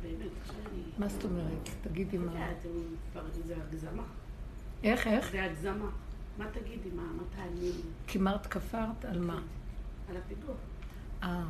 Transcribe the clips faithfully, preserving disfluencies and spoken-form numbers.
באמת, עכשיו אני... מה זאת אומרת? תגידי מה. זה הגזמה. איך, איך? זה הגזמה. מה תגידי, מה, מה תעניין? כמרת כפרת על מה? על הפיגוע. אה.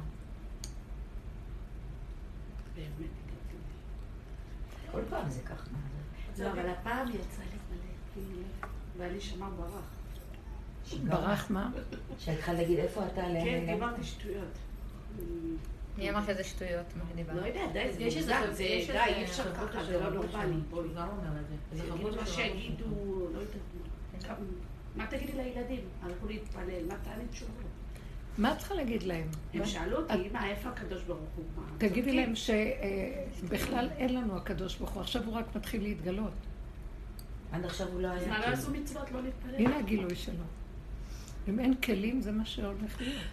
באמת, הגעתי. כל פעם זה ככה. לא, אבל הפעם יצא לי מלא, ואני שמע ברח. ברח מה? שאת צריכה להגיד איפה אתה עליהם? כן, דיברתי שטויות. מי אמר שזה שטויות? מה דיברת? לא יודע, די, זה מוזר, זה די, אי אפשר ככה, זה לא נורמלי. בואי. זה כאילו מה שיגידו, לא יודעת. מה תגידי לילדים? הלכו להתפלל, מה תעני תשובות? מה את צריכה להגיד להם? הם שאלו אותי, אמא, איפה הקדוש ברוך הוא? תגידי להם שבכלל אין לנו הקדוש ברוך הוא, עכשיו הוא רק מתחיל להתגלות. עד עכשיו הוא לא היה. אז מה, לא עשו מצוות, לא להתפלל? הנה הגילוי שלו. אם אין כלים, זה מה שהולך להיות.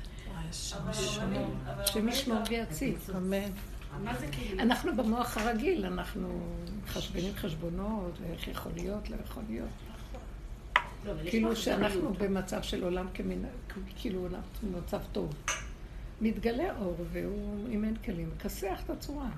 שמשמור ויציב. אמן. מה זה כלים? אנחנו במוח הרגיל, אנחנו חשבנים חשבונות, ואיך יכול להיות, לא יכול להיות. כאילו שאנחנו במצב של עולם כאילו אנחנו במצב טוב. מתגלה אור, והוא, אם אין כלים, כסח את הצורה.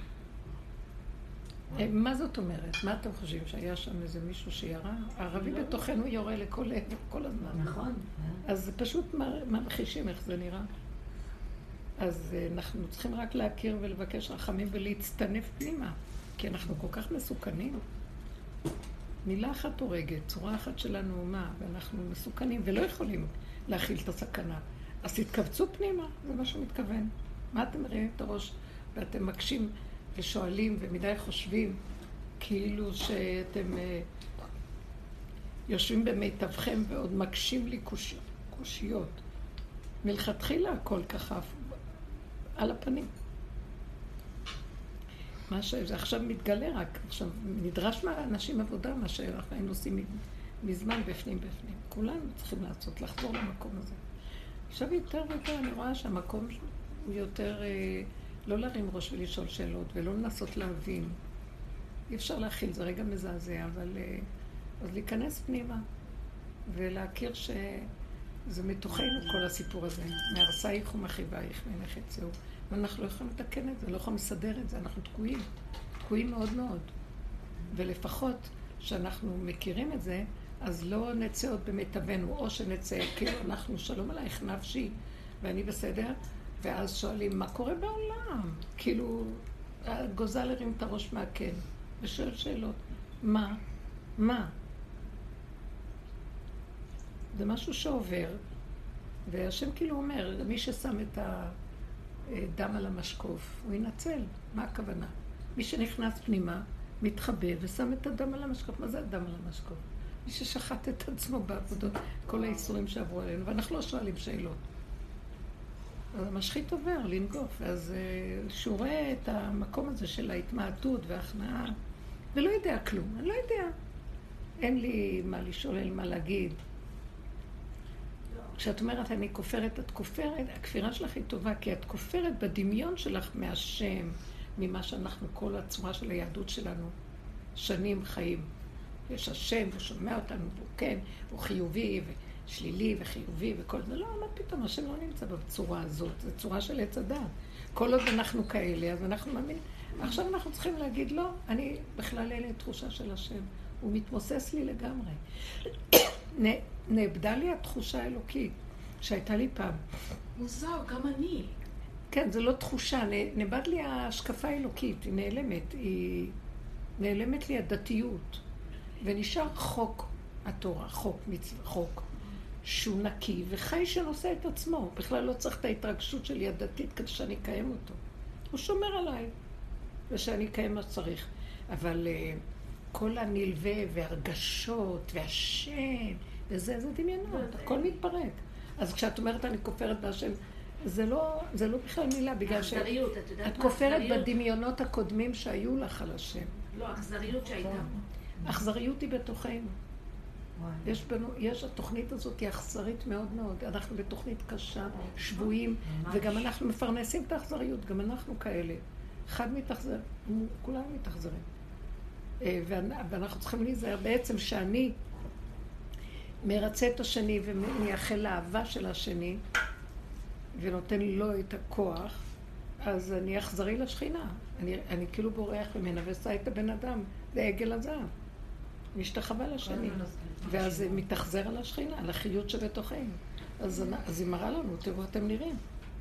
מה זאת אומרת? מה אתם חושבים? שהיה שם איזה מישהו שירה? הערבי בתוכנו יורה לכל עבר, כל הזמן. נכון. אז פשוט ממחישים איך זה נראה. אז אנחנו צריכים רק להכיר ולבקש רחמים ולהצטנף פנימה, כי אנחנו כל כך מסוכנים. מילה אחת הורגת, צורה אחת שלנו מה, ואנחנו מסוכנים ולא יכולים להכיל את הסכנה. אז תתכווצו פנימה, זה מה שהוא מתכוון. מה אתם מרימים את הראש ואתם מקשים ושואלים ומדי חושבים כאילו שאתם uh, יושבים במיטבכם ועוד מקשים לי קוש... קושיות. מלכתחילה הכל ככה על הפנים. מה שזה עכשיו מתגלה רק, עכשיו נדרש מהאנשים עבודה, מה שאנחנו היינו עושים מזמן בפנים בפנים. כולנו צריכים לעשות, לחזור למקום הזה. עכשיו יותר ויותר אני רואה שהמקום הוא יותר אה, לא להרים ראש ולשאול שאלות ולא לנסות להבין. אי אפשר להכיל, זה רגע מזעזע, אבל אה, אז להיכנס פנימה ולהכיר שזה מתוכנו כל הסיפור הזה. מהרסייך ומחיווייך ממך יצאו. ואנחנו לא יכולים לתקן את זה, לא יכולים לסדר את זה, אנחנו תקועים, תקועים מאוד מאוד. ולפחות שאנחנו מכירים את זה, אז לא נצא עוד במיטבנו, או שנצא, כאילו אנחנו שלום עלייך נפשי, ואני בסדר, ואז שואלים, מה קורה בעולם? כאילו, גוזל הרים את הראש מהקן, ושואל שאלות, מה? מה? זה משהו שעובר, והשם כאילו אומר, מי ששם את הדם על המשקוף, הוא ינצל. מה הכוונה? מי שנכנס פנימה, מתחבא ושם את הדם על המשקוף. מה זה הדם על המשקוף? מי ששחט את עצמו בעבודות, כל האיסורים שעברו עלינו, ואנחנו לא שואלים שאלות. אז המשחית עובר לנגוף, אז שהוא רואה את המקום הזה של ההתמעטות וההכנעה, ולא יודע כלום, אני לא יודע. אין לי מה לשאול, אין לי מה להגיד. כשאת אומרת, אני כופרת, את כופרת, הכפירה שלך היא טובה, כי את כופרת בדמיון שלך מהשם, ממה שאנחנו, כל הצורה של היהדות שלנו, שנים חיים. יש השם, הוא שומע אותנו, והוא כן, הוא חיובי ושלילי וחיובי וכל זה. לא, מה פתאום, השם לא נמצא בצורה הזאת, זו צורה של עץ הדת. כל עוד אנחנו כאלה, אז אנחנו מאמינים. עכשיו אנחנו צריכים להגיד, לא, אני בכלל אין לי תחושה של השם. הוא מתמוסס לי לגמרי. נאבדה לי התחושה האלוקית שהייתה לי פעם. מוזר, גם אני. כן, זה לא תחושה, נאבד לי ההשקפה האלוקית, היא נעלמת, היא נעלמת לי הדתיות, ונשאר חוק התורה, חוק מצווה, חוק שהוא נקי וחי שנושא את עצמו, בכלל לא צריך את ההתרגשות שלי הדתית כדי שאני אקיים אותו. הוא שומר עליי, ושאני אקיים מה שצריך. אבל uh, כל הנלווה והרגשות והשם, וזה, זה דמיינות, הכל מתפרק. אז כשאת אומרת אני כופרת בהשם, זה לא, זה לא בכלל מילה, בגלל שאת כופרת בדמיונות הקודמים שהיו לך על השם. לא, אכזריות שהייתה. אכזריות היא בתוכנו. יש בנו, יש, התוכנית הזאת היא אכזרית מאוד מאוד. אנחנו בתוכנית קשה, שבויים, וגם אנחנו מפרנסים את האכזריות, גם אנחנו כאלה. אחד מתאכזר, כולנו מתאכזרים. ואנחנו צריכים להיזהר בעצם שאני מרצה את השני ומייחל לאהבה של השני, ונותן לו את הכוח, אז אני אחזרי לשכינה. אני, אני כאילו בורח ממנה ועשה את הבן אדם, זה עגל הזהב. משתחווה לשני. ואז זה מתאכזר על השכינה, על החיות שבתוכנו. אז, אז היא מראה לנו, תראו, אתם נראים.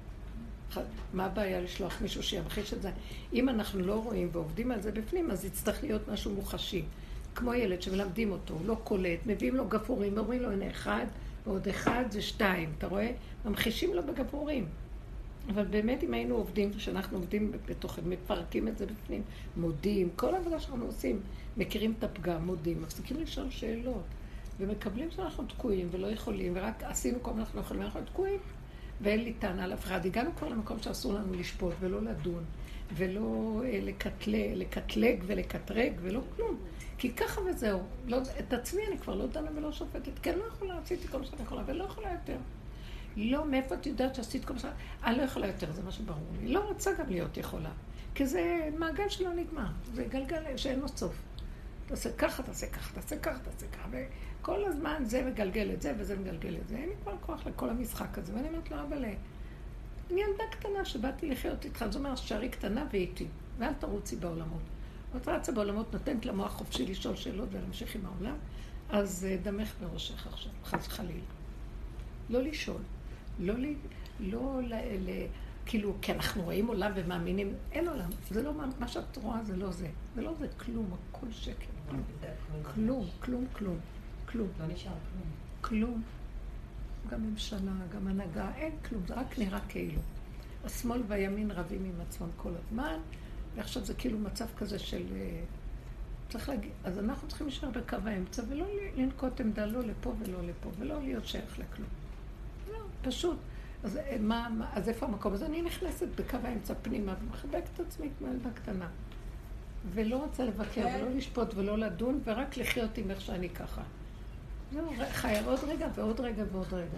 מה הבעיה לשלוח מישהו שימחיש את זה? אם אנחנו לא רואים ועובדים על זה בפנים, אז יצטרך להיות משהו מוחשי. כמו ילד שמלמדים אותו, הוא לא קולט, מביאים לו גפורים, אומרים לו, הנה אחד, ועוד אחד זה שתיים. אתה רואה? ממחישים לו בגפורים. אבל באמת אם היינו עובדים, כשאנחנו עובדים בתוכן, מפרקים את זה בפנים, מודים, כל העבודה שאנחנו עושים, מכירים את הפגם, מודים, מפסיקים לשאול שאלות, ומקבלים שאנחנו תקועים ולא יכולים, ורק עשינו כל מה אנחנו יכולים, אנחנו תקועים, ואין לי טענה על אף אחד. הגענו כבר למקום שאסור לנו לשפוט ולא לדון, ולא לקטלג, לקטלג ולקטרג ולא כלום. כי ככה וזהו. לא, את עצמי אני כבר לא דנה ולא שופטת, כי אני לא יכולה, עשיתי כל מה שאני יכולה, ולא יכולה יותר. לא, מאיפה את יודעת שעשית כל מה שאני... אני לא יכולה יותר, זה מה שברור לי. לא רוצה גם להיות יכולה. כי זה מעגל שלא נגמר. זה גלגל שאין לו סוף. תעשה ככה, תעשה ככה, תעשה ככה, תעשה ככה. וכל הזמן זה מגלגל את זה וזה מגלגל את זה. אין לי כבר כוח לכל המשחק הזה. ואני אומרת לו, אבל אני ילדה קטנה שבאתי לחיות איתך. זאת אומרת, שערי קטנה ואיתי. ואל תרוצי בעולמות. את רצה בעולמות, נותנת למוח חופשי לשאול שאלות ולהמשיך עם העולם. אז דמך בראשך עכשיו, חס חלילה. לא לשאול. לא, לי, לא ל, ל, כאילו, כי אנחנו רואים עולם ומאמינים, אין עולם, זה לא, מה שאת רואה זה לא זה, זה לא זה כלום, הכל שקר, כלום, כלום, כלום, כלום, לא נשאר כלום, כלום, גם ממשלה, גם הנהגה, אין כלום, זה רק נראה כאילו. השמאל והימין רבים עם עצמם כל הזמן, ועכשיו זה כאילו מצב כזה של, צריך להגיד, אז אנחנו צריכים להישאר בקו האמצע, ולא לנקוט עמדה לא לפה ולא לפה, ולא להיות שייך לכלום. פשוט. אז, מה, מה, אז איפה המקום? אז אני נכנסת בקו האמצע פנימה ומחבקת את עצמי כמו ילדה קטנה. ולא רוצה לבקר ולא לשפוט ולא לדון, ורק לחיות עם איך שאני ככה. זהו, חיה עוד רגע ועוד רגע ועוד רגע.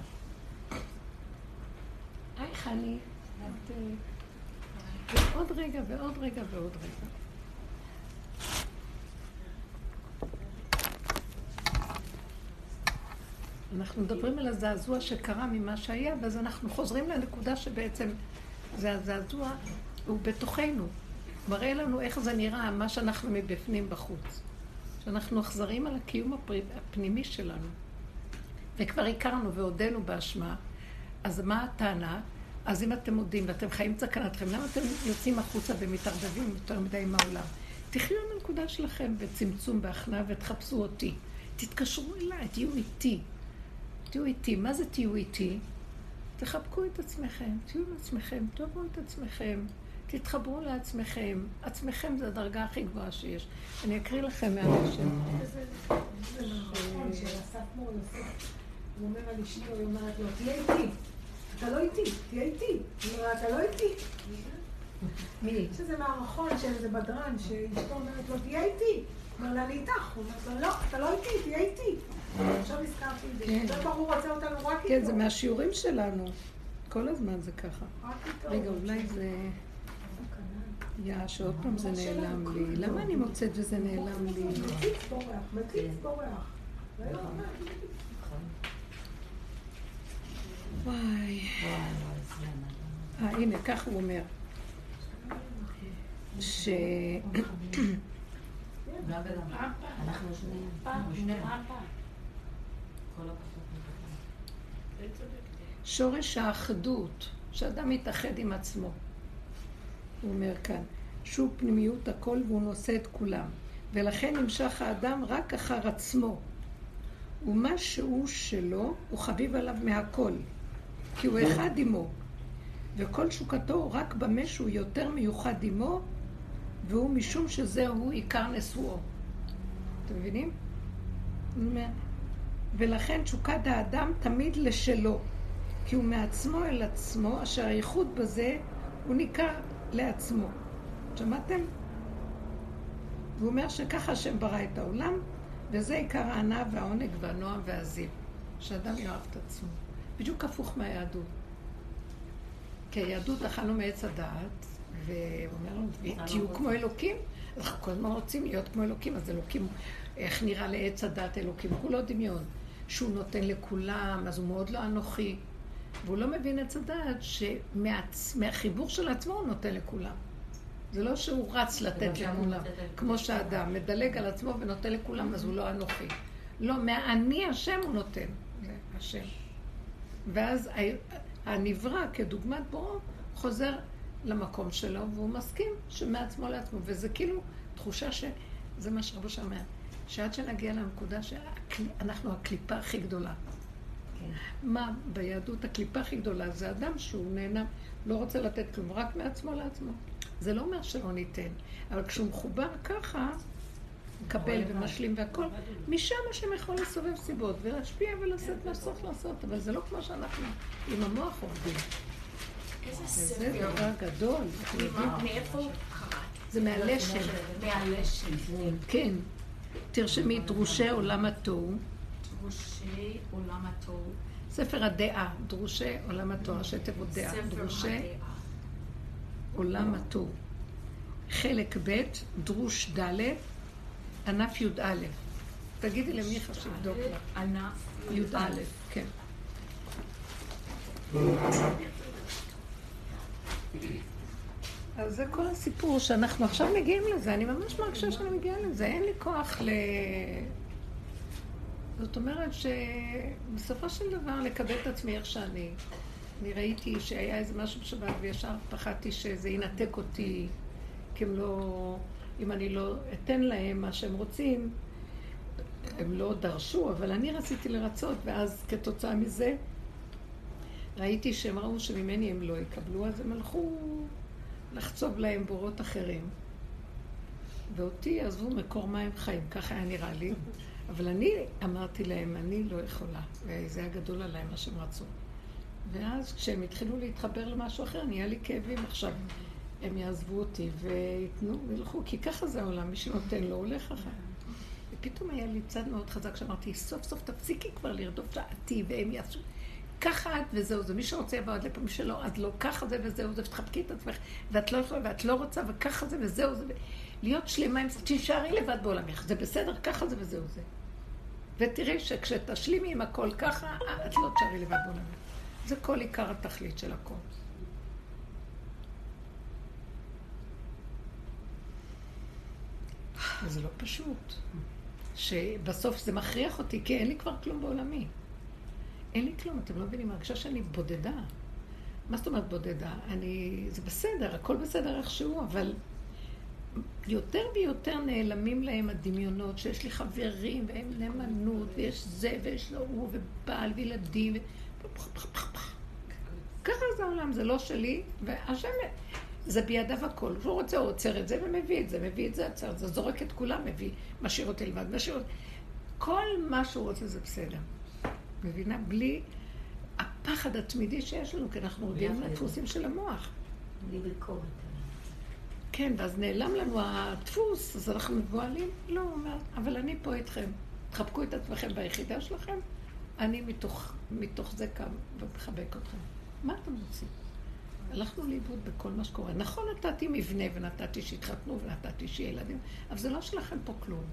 היי חני, עוד רגע ועוד רגע ועוד רגע. אנחנו מדברים על הזעזוע שקרה ממה שהיה, ואז אנחנו חוזרים לנקודה שבעצם זה הזעזוע, הוא בתוכנו. מראה לנו איך זה נראה, מה שאנחנו מבפנים בחוץ. שאנחנו אכזרים על הקיום הפנימי שלנו. וכבר הכרנו והודנו באשמה, אז מה הטענה? אז אם אתם מודים ואתם חיים צקנתכם, למה אתם יוצאים החוצה ומתערבבים יותר מדי עם העולם? תחיו עם הנקודה שלכם בצמצום, בהכנעה, ותחפשו אותי. תתקשרו אליי, תהיו איתי. תהיו איתי. מה זה תהיו איתי? תחבקו את עצמכם, תהיו עם עצמכם, תאהבו את עצמכם, תתחברו לעצמכם. עצמכם זה הדרגה הכי גבוהה שיש. אני אקריא לכם מהרשם. זה נכון שאסף מור יוסף, הוא אומר על אשתו, היא אומרת לו, תהיה איתי. אתה לא איתי, תהיה איתי. היא אומרת, אתה לא איתי. מי? יש איזה מערכון של איזה בדרן, שאשתו אומרת לו, תהיה איתי. הוא אומר לה, אני איתך. הוא אומר לו, לא, אתה לא איתי, תהיה איתי. עכשיו הזכרתי את זה. זה ברור רוצה אותנו רק איתו. כן, זה מהשיעורים שלנו. כל הזמן זה ככה. רק איתו. רגע, אולי זה... יא, שעוד פעם זה נעלם לי. למה אני מוצאת וזה נעלם לי? מציץ בורח, מציץ בורח. וואי. אה, הנה, כך הוא אומר. ש... אנחנו שניהם. שורש האחדות, שאדם מתאחד עם עצמו. הוא אומר כאן, שהוא פנימיות הכל והוא נושא את כולם. ולכן נמשך האדם רק אחר עצמו. ומה שהוא שלו, הוא חביב עליו מהכל. כי הוא אחד עמו. וכל שוקתו רק במה שהוא יותר מיוחד עמו, והוא משום שזהו עיקר נשואו. אתם מבינים? ולכן תשוקת האדם תמיד לשלו. כי הוא מעצמו אל עצמו, אשר הייחוד בזה הוא ניכר לעצמו. שמעתם? והוא אומר שככה השם ברא את העולם, וזה עיקר הענה והעונג והנועם והזיו. שאדם יאהב את עצמו. בדיוק הפוך מהיהדות. כי היהדות אכלנו מעץ הדעת, והוא אומר לנו, תהיו כמו אלוקים. אנחנו כל הזמן רוצים להיות כמו אלוקים, אז אלוקים, איך נראה לעץ הדעת אלוקים? הוא לא דמיון. שהוא נותן לכולם, אז הוא מאוד לא אנוכי. והוא לא מבין את הדעת שמהחיבור של עצמו הוא נותן לכולם. זה לא שהוא רץ לתת לכולם, כמו שהאדם מדלג על עצמו ונותן לכולם, אז הוא לא אנוכי. לא, מהאני השם הוא נותן, זה השם. ואז הנברא כדוגמת בוראו חוזר למקום שלו, והוא מסכים שמעצמו לעצמו, וזה כאילו תחושה שזה מה שרבו שאומר, שעד שנגיע לנקודה שאנחנו הקליפה הכי גדולה. מה ביהדות הקליפה הכי גדולה? זה אדם שהוא נהנה, לא רוצה לתת כלום, רק מעצמו לעצמו. זה לא אומר שלא ניתן, אבל כשהוא מחובר ככה, מקבל ומשלים והכל, משם השם יכול לסובב סיבות ולהשפיע ולעשות מה שצריך לעשות, אבל זה לא כמו שאנחנו עם המוח עובדים. זה דבר גדול. מאיפה קראת? זה מהלשם. מהלשם. כן. תרשמי דרושי עולם התוהו. דרושי עולם התוהו. ספר הדעה, דרושי עולם התוהו, ראשי תיבות דעה. דרושי עולם התוהו. חלק ב', דרוש ד', ענף י' א'. תגידי למי חשוב דוק לך. ענף י' א', כן. אז זה כל הסיפור שאנחנו עכשיו מגיעים לזה. אני ממש מרגישה שאני מגיעה לזה. אין לי כוח ל... זאת אומרת שבסופו של דבר לקבל את עצמי איך שאני. אני ראיתי שהיה איזה משהו בשבת וישר פחדתי שזה ינתק אותי, כי הם לא... אם אני לא אתן להם מה שהם רוצים, הם לא דרשו, אבל אני רציתי לרצות, ואז כתוצאה מזה ראיתי שהם ראו שממני הם לא יקבלו, אז הם הלכו לחצוב להם בורות אחרים. ואותי עזבו מקור מים חיים, ככה היה נראה לי. אבל אני אמרתי להם, אני לא יכולה, וזה היה גדול עליהם מה שהם רצו. ואז כשהם התחילו להתחבר למשהו אחר, נהיה לי כאבים עכשיו. הם יעזבו אותי ויתנו, וילכו, כי ככה זה העולם, מי שנותן לו הולך אחר. ופתאום היה לי צד מאוד חזק שאמרתי, סוף סוף תפסיקי כבר לרדוף שעתי, והם יעשו. ככה את וזהו, זה מי שרוצה יבוא עד לפה, מי שלא, אז לא, ככה זה וזהו, זה ותחבקי את עצמך, ואת לא יכולה, ואת לא רוצה, וככה זה וזהו, זה, להיות שלמה עם זה, תישארי לבד בעולמך, זה בסדר, ככה זה וזהו זה. ותראי שכשתשלימי עם הכל ככה, את לא תשארי לבד בעולמך. זה כל עיקר התכלית של הכל. זה לא פשוט. שבסוף זה מכריח אותי, כי אין לי כבר כלום בעולמי. אין לי כלום, אתם לא מבינים, הרגשה שאני בודדה. מה זאת אומרת בודדה? אני... זה בסדר, הכל בסדר איכשהו, אבל יותר ויותר נעלמים להם הדמיונות, שיש לי חברים, והם נאמנות, ויש זה, ויש לו הוא, ובעל, וילדים, ו... ככה זה העולם, זה לא שלי, והשם... זה בידיו הכל. הוא רוצה, הוא עוצר את זה ומביא את זה, מביא את זה, עצר את זה, זורק את כולם, מביא, משאיר אותי לבד, משאיר אותי. כל מה שהוא רוצה זה בסדר. מבינה? בלי הפחד התמידי שיש לנו, כי אנחנו עובדים לדפוסים של המוח. בלי ביקורת. כן, ואז נעלם לנו הדפוס, אז אנחנו מבועלים. לא, הוא אומר, אבל אני פה איתכם. תחבקו את עצמכם ביחידה שלכם, אני מתוך, מתוך זה קם ומחבק אתכם. מה אתם רוצים? הלכנו לאיבוד בכל מה שקורה. נכון, נתתי מבנה ונתתי שהתחתנו ונתתי שיהיה ילדים, אבל זה לא שלכם פה כלום.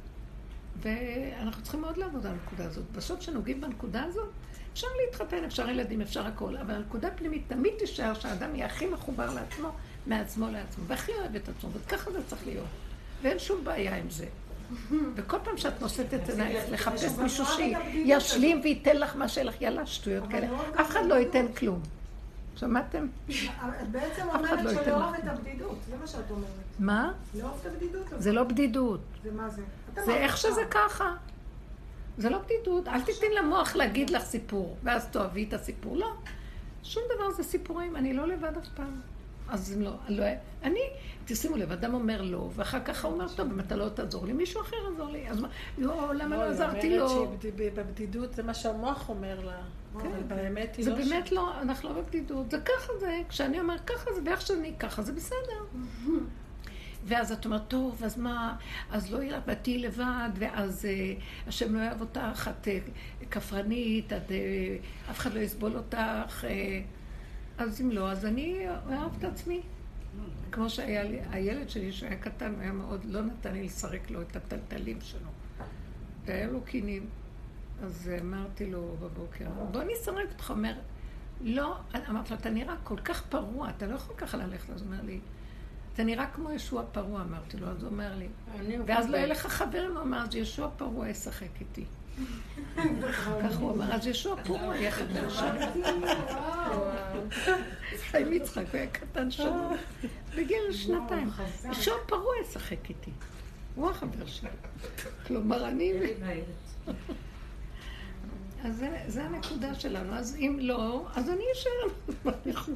ואנחנו צריכים מאוד לעבוד על הנקודה הזאת. בסוף שנוגעים בנקודה הזאת, אפשר להתחתן, אפשר ילדים, אפשר הכל, אבל הנקודה פנימית תמיד תישאר שהאדם יהיה הכי מחובר לעצמו, מעצמו לעצמו, והכי אוהב את עצמו, וככה זה צריך להיות. ואין שום בעיה עם זה. וכל פעם שאת נושאת את עינייך לחפש מישהו שישלים וייתן לך מה שלך, יאללה, שטויות כאלה. אף אחד לא ייתן כלום. שמעתם? את בעצם אומרת שלאהוב את הבדידות, זה מה שאת אומרת. מה? לאהוב את הבדידות. זה לא בדידות. זה מה זה? זה איך שזה ככה. זה לא בדידות. אל תתני למוח להגיד לך סיפור, ואז תאהבי את הסיפור. לא. שום דבר זה סיפורים, אני לא לבד אף פעם. אז לא, אני, תשימו לב, אדם אומר לא, ואחר כך הוא אומר, טוב, אם אתה לא תעזור לי, מישהו אחר יעזור לי. אז לא, למה לא עזרתי לו? היא אומרת שבבדידות זה מה שהמוח אומר לה. אבל באמת היא זה לא... זה באמת לא, אנחנו לא בבדידות. זה ככה זה, כשאני אומר ככה זה, ואיך שאני ככה זה בסדר. ואז את אומרת, טוב, אז מה, אז לא יהיה באתי לבד, ואז השם לא יאהב אותך, את כפרנית, אף אחד לא יסבול אותך. אז אם לא, אז אני אוהב את עצמי. כמו שהיה לי, הילד שלי שהיה קטן, הוא היה מאוד, לא נתן לי לסרק לו את הטלטלים שלו. והיה לו קינים. אז אמרתי לו בבוקר, בוא אני אסרק אותך, אומר, לא, אמרת לו, אתה נראה כל כך פרוע, אתה לא יכול ככה ללכת. אז הוא אומר לי, אתה נראה כמו ישוע פרוע, אמרתי לו, אז הוא אומר לי. ואז לא יהיה לך חברים, הוא אמר, אז ישוע פרוע ישחק איתי. כך הוא אמר, אז ישוע פרוע יהיה חבר שלי. חיים יצחק, הוא היה קטן שם. בגיל שנתיים. ישוע פרוע ישחק איתי. הוא החבר שלי. כלומר, אני... אז זה הנקודה שלנו. אז אם לא, אז אני אשאר.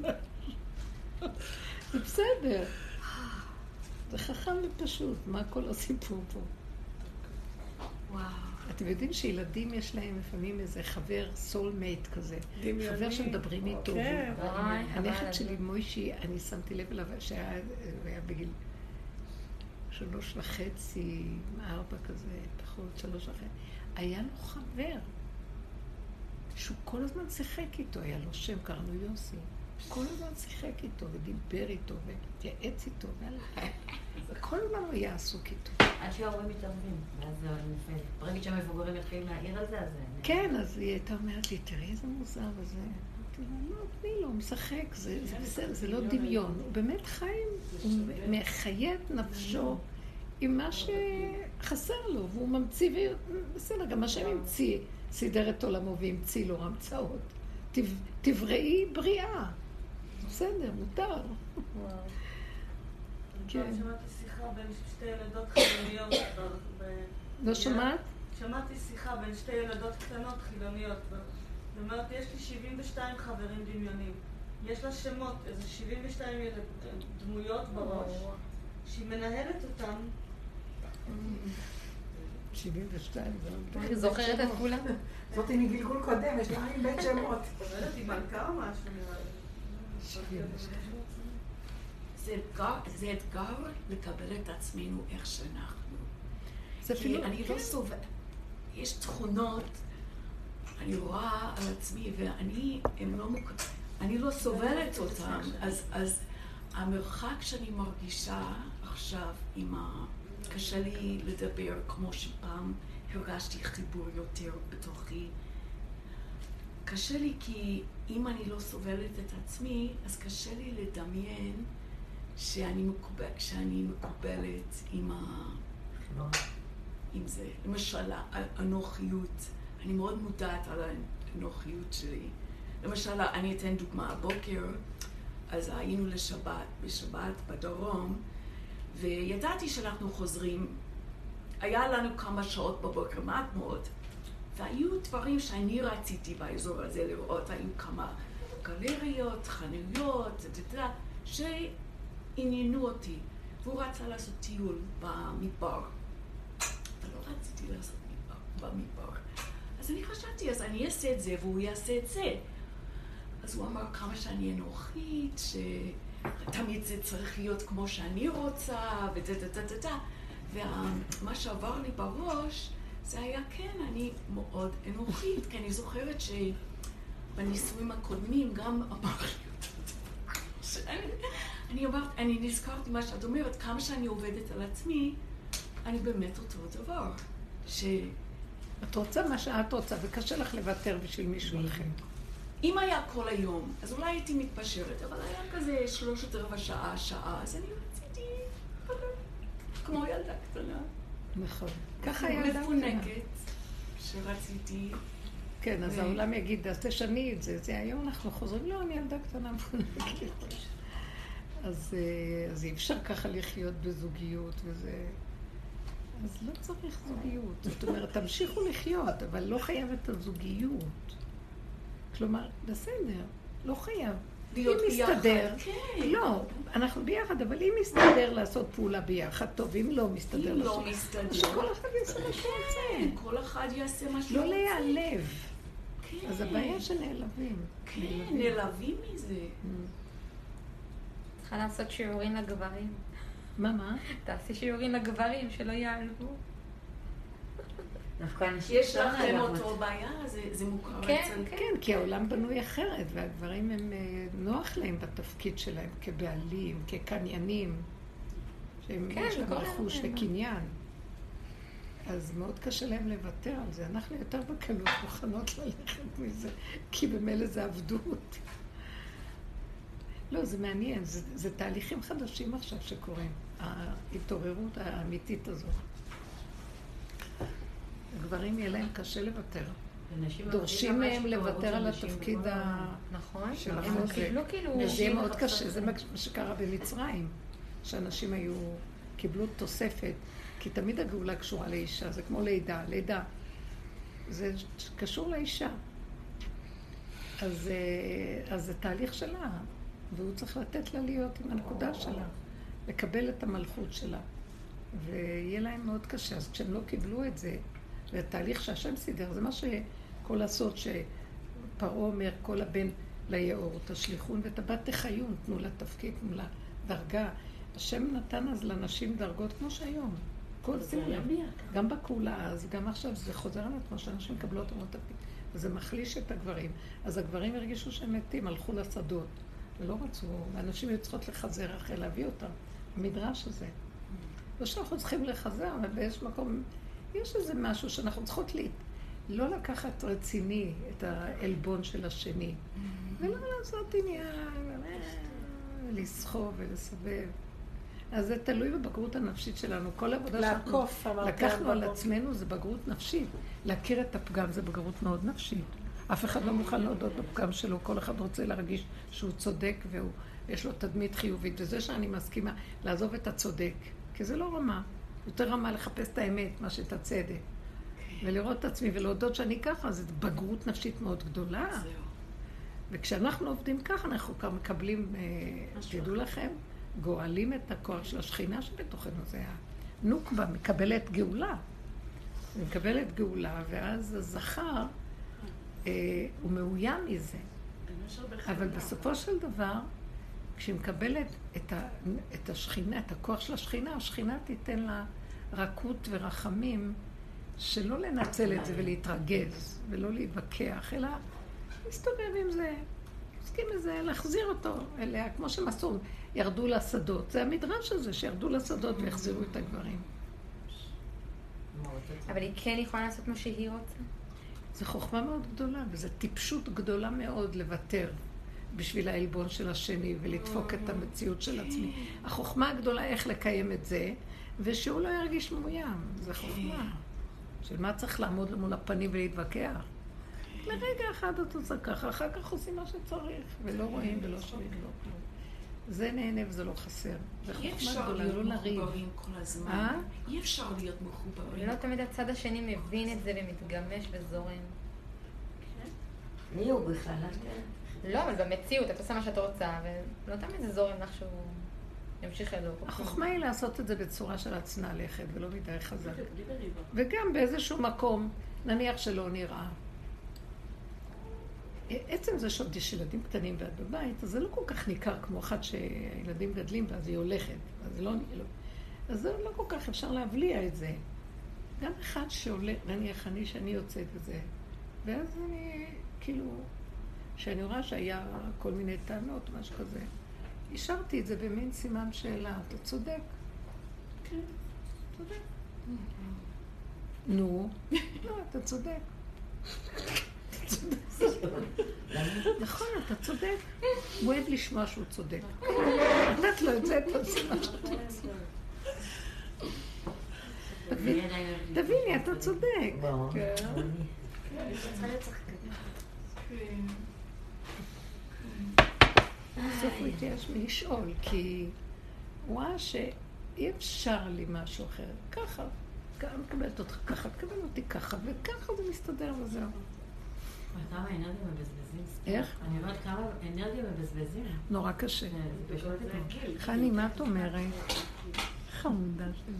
זה בסדר. זה חכם ופשוט. מה כל הסיפור פה? וואו. אתם יודעים שילדים יש להם לפעמים איזה חבר סולמייט כזה. חבר שמדברים איתו. הנכד שלי, מוישי, אני שמתי לב אליו שהיה בגיל שלוש וחצי, ארבע כזה, פחות שלוש וחצי. היה לו חבר. שהוא כל הזמן שיחק איתו, היה לו שם, קראנו יוסי. כל הזמן שיחק איתו ודיבר איתו והתייעץ איתו. וכל הזמן הוא היה עסוק איתו. עד שההורים מתערבים, ואז זה נופל. ברגע שהמבוגרים מתחילים להעיר על זה, אז... כן, אז היא הייתה אומרת לי, תראי איזה מוזר וזה. אמרתי לה, לא, תני לו, הוא משחק, זה בסדר, זה לא דמיון. הוא באמת חיים, הוא מחיה את נפשו עם מה שחסר לו, והוא ממציא, בסדר, גם מה שהם המציא. סידר את עולמו והמציא לו המצאות. תבראי בריאה. בסדר, מותר. כן. שמעתי שיחה בין שתי ילדות חילוניות. לא שמעת? שמעתי שיחה בין שתי ילדות קטנות חילוניות. זאת אומרת, יש לי שבעים ושתיים חברים דמיונים. יש לה שמות, איזה שבעים ושתיים דמויות בראש, שהיא מנהלת אותם. שבעים ושתיים, אני זוכרת את כולם. זאת עם גלגול קודם, יש לה עם בית שמות. זאת אומרת, היא מלכה או משהו נראה לי? זה אתגר לקבל את עצמנו איך שאנחנו. כי אני לא סובל. יש תכונות, אני רואה על עצמי, ואני אני לא סובלת אותם. אז המרחק שאני מרגישה עכשיו עם ה... קשה לי לדבר כמו שפעם הרגשתי חיבור יותר בתוכי. קשה לי כי אם אני לא סובלת את עצמי, אז קשה לי לדמיין שאני, מקובל, שאני מקובלת עם, ה... עם זה. למשל, האנוכיות. אני מאוד מודעת על האנוכיות שלי. למשל, אני אתן דוגמה. הבוקר, אז היינו לשבת, בשבת בדרום, וידעתי שאנחנו חוזרים, היה לנו כמה שעות בבוקר, מעט מאוד, והיו דברים שאני רציתי באזור הזה לראות, היו כמה גלריות, חנויות, שעניינו אותי, והוא רצה לעשות טיול במדבר. ולא רציתי לעשות במדבר. אז אני חשבתי, אז אני אעשה את זה, והוא יעשה את זה. אז הוא אמר כמה שאני אנוכית, ש... תמיד זה צריך להיות כמו שאני רוצה, ודדדדדדה. ומה שעבר לי בראש, זה היה כן, אני מאוד אנוכית, כי אני זוכרת שבניסויים הקודמים גם אמר לי אני אומרת, אני נזכרתי מה שאת אומרת, כמה שאני עובדת על עצמי, אני באמת אותו דבר. ש... את רוצה מה שאת רוצה, וקשה לך לוותר בשביל מישהו אחר. אם היה כל היום, אז אולי הייתי מתפשרת, אבל היה כזה שלושת רבע שעה, שעה, אז אני רציתי, כמו ילדה קטנה. נכון. ככה ילדה קטנה. מפונקת, שרציתי. כן, אז העולם יגיד, אז תשני את זה. זה היום אנחנו חוזרים, לא, אני ילדה קטנה מפונקת. אז אי אפשר ככה לחיות בזוגיות וזה... אז לא צריך זוגיות. זאת אומרת, תמשיכו לחיות, אבל לא חייב את הזוגיות. כלומר, בסדר, לא חייב. אם מסתדר, לא, אנחנו ביחד, אבל אם מסתדר לעשות פעולה ביחד, טוב, אם לא מסתדר, אם לא מסתדר, שכל אחד יעשה מה שרוצה. כל אחד יעשה מה שרוצה. לא להיעלב. אז הבעיה שנעלבים. כן, נעלבים מזה. צריכה לעשות שיעורים לגברים. מה, מה? תעשי שיעורים לגברים, שלא יעלבו. יש לכם אותו בעיה, זה מוכר. כן, כן, כי העולם בנוי אחרת, והגברים הם נוח להם בתפקיד שלהם כבעלים, כקניינים, שיש להם רכוש וקניין. אז מאוד קשה להם לוותר על זה. אנחנו יותר בקלות מוכנות ללכת מזה, כי במילא זה עבדות. לא, זה מעניין, זה, זה תהליכים חדשים עכשיו שקורים, ההתעוררות האמיתית הזאת. הגברים יהיה להם קשה לוותר. דורשים מהם לוותר על התפקיד של החוזק. זה יהיה מאוד קשה, זה מה שקרה במצרים, שאנשים היו, קיבלו תוספת, כי תמיד הגאולה קשורה לאישה, זה כמו לידה, לידה. זה קשור לאישה. אז, אז זה תהליך שלה, והוא צריך לתת לה להיות עם הנקודה שלה, לקבל את המלכות שלה. ויהיה להם מאוד קשה, אז כשהם לא קיבלו את זה, זה תהליך שהשם סידר, זה מה שכל הסוד שפרעה אומר, כל הבן ליאור, תשליחון ואת הבת תחיון, תנו לה תפקיד, תנו לה דרגה. השם נתן אז לנשים דרגות כמו שהיום. כל סימן, גם בקהולה אז, גם עכשיו זה חוזר על עצמו שאנשים מקבלות אמות הפית, וזה מחליש את הגברים. אז הגברים הרגישו שהם מתים, הלכו לשדות, ולא רצו, ואנשים היו צריכות לחזר אחרי להביא אותם, המדרש הזה. לא שאנחנו צריכים לחזר, אבל באיזשהו מקום, יש איזה משהו שאנחנו צריכות לי, לא לקחת רציני את העלבון של השני, ולא לעשות עניין, לסחוב ולסבב. אז זה תלוי בבגרות הנפשית שלנו. כל העבודה שאנחנו לקחנו על עצמנו זה בגרות נפשית. להכיר את הפגם זה בגרות מאוד נפשית. אף אחד לא מוכן להודות בפגם שלו, כל אחד רוצה להרגיש שהוא צודק ויש לו תדמית חיובית. וזה שאני מסכימה לעזוב את הצודק, כי זה לא רמה. יותר רמה לחפש את האמת, מה שאת הצדק. ולראות את עצמי ולהודות שאני ככה, זה בגרות נפשית מאוד גדולה. וכשאנחנו עובדים ככה, אנחנו כבר מקבלים, תדעו לכם, גואלים את הכוח של השכינה שבתוכנו, זה הנוקבה, מקבלת גאולה. היא מקבלת גאולה, ואז הזכר, אה, הוא מאוים מזה. אבל בסופו של דבר, כשהיא מקבלת את, ה, את השכינה, את הכוח של השכינה, השכינה תיתן לה רכות ורחמים, שלא לנצל את זה ולהתרגז, ולא להתווכח, אלא להסתובב עם זה. מסכים לזה, להחזיר אותו אליה, כמו שמסור, ירדו לשדות. זה המדרש הזה, שירדו לשדות ויחזירו את הגברים. אבל היא כן יכולה לעשות מה שהיא רוצה? זו חוכמה מאוד גדולה, וזו טיפשות גדולה מאוד לוותר בשביל העלבון של השני ולדפוק את המציאות של עצמי. החוכמה הגדולה איך לקיים את זה, ושהוא לא ירגיש מאוים. זו חוכמה. של מה צריך לעמוד מול הפנים ולהתווכח. לרגע אחד את עושה ככה, אחר כך עושים מה שצריך, ולא רואים ולא שומעים, לא כלום. זה נהנה וזה לא חסר. אי אפשר להיות מחוברים כל הזמן. אי אפשר להיות מחוברים. לא תמיד הצד השני מבין את זה ומתגמש וזורם. מי הוא בכלל? לא, אבל במציאות, את עושה מה שאת רוצה, ולא תמיד זה זורם לך שהוא ימשיך לדור. החוכמה היא לעשות את זה בצורה של עצנה לכת, ולא מדי חזק. וגם באיזשהו מקום, נניח שלא נראה. עצם זה שעוד יש ילדים קטנים ואת בבית, אז זה לא כל כך ניכר כמו אחד שהילדים גדלים ואז היא הולכת, אז זה לא, לא, אז זה לא כל כך אפשר להבליע את זה. גם אחד שעולה, נניח אני שאני יוצאת וזה, ואז אני כאילו, שאני רואה שהיה כל מיני טענות, משהו כזה, השארתי את זה במין סימן שאלה, אתה צודק? כן, צודק. נו, לא, אתה צודק. נכון, אתה צודק. הוא אוהב לשמוע שהוא צודק. נתת לו את זה, אתה עושה מה שאתה עושה. תביני, אתה צודק. בסוף הוא התייאש מלשאול, כי הוא ראה שאי אפשר לי משהו אחר. ככה, גם מקבלת אותך ככה, תקבל אותי ככה, וככה זה מסתדר וזהו. כמה אנרגיה מבזבזים? איך? אני אומרת כמה אנרגיה מבזבזים. נורא קשה. חני, מה את אומרת? חמודה שלי.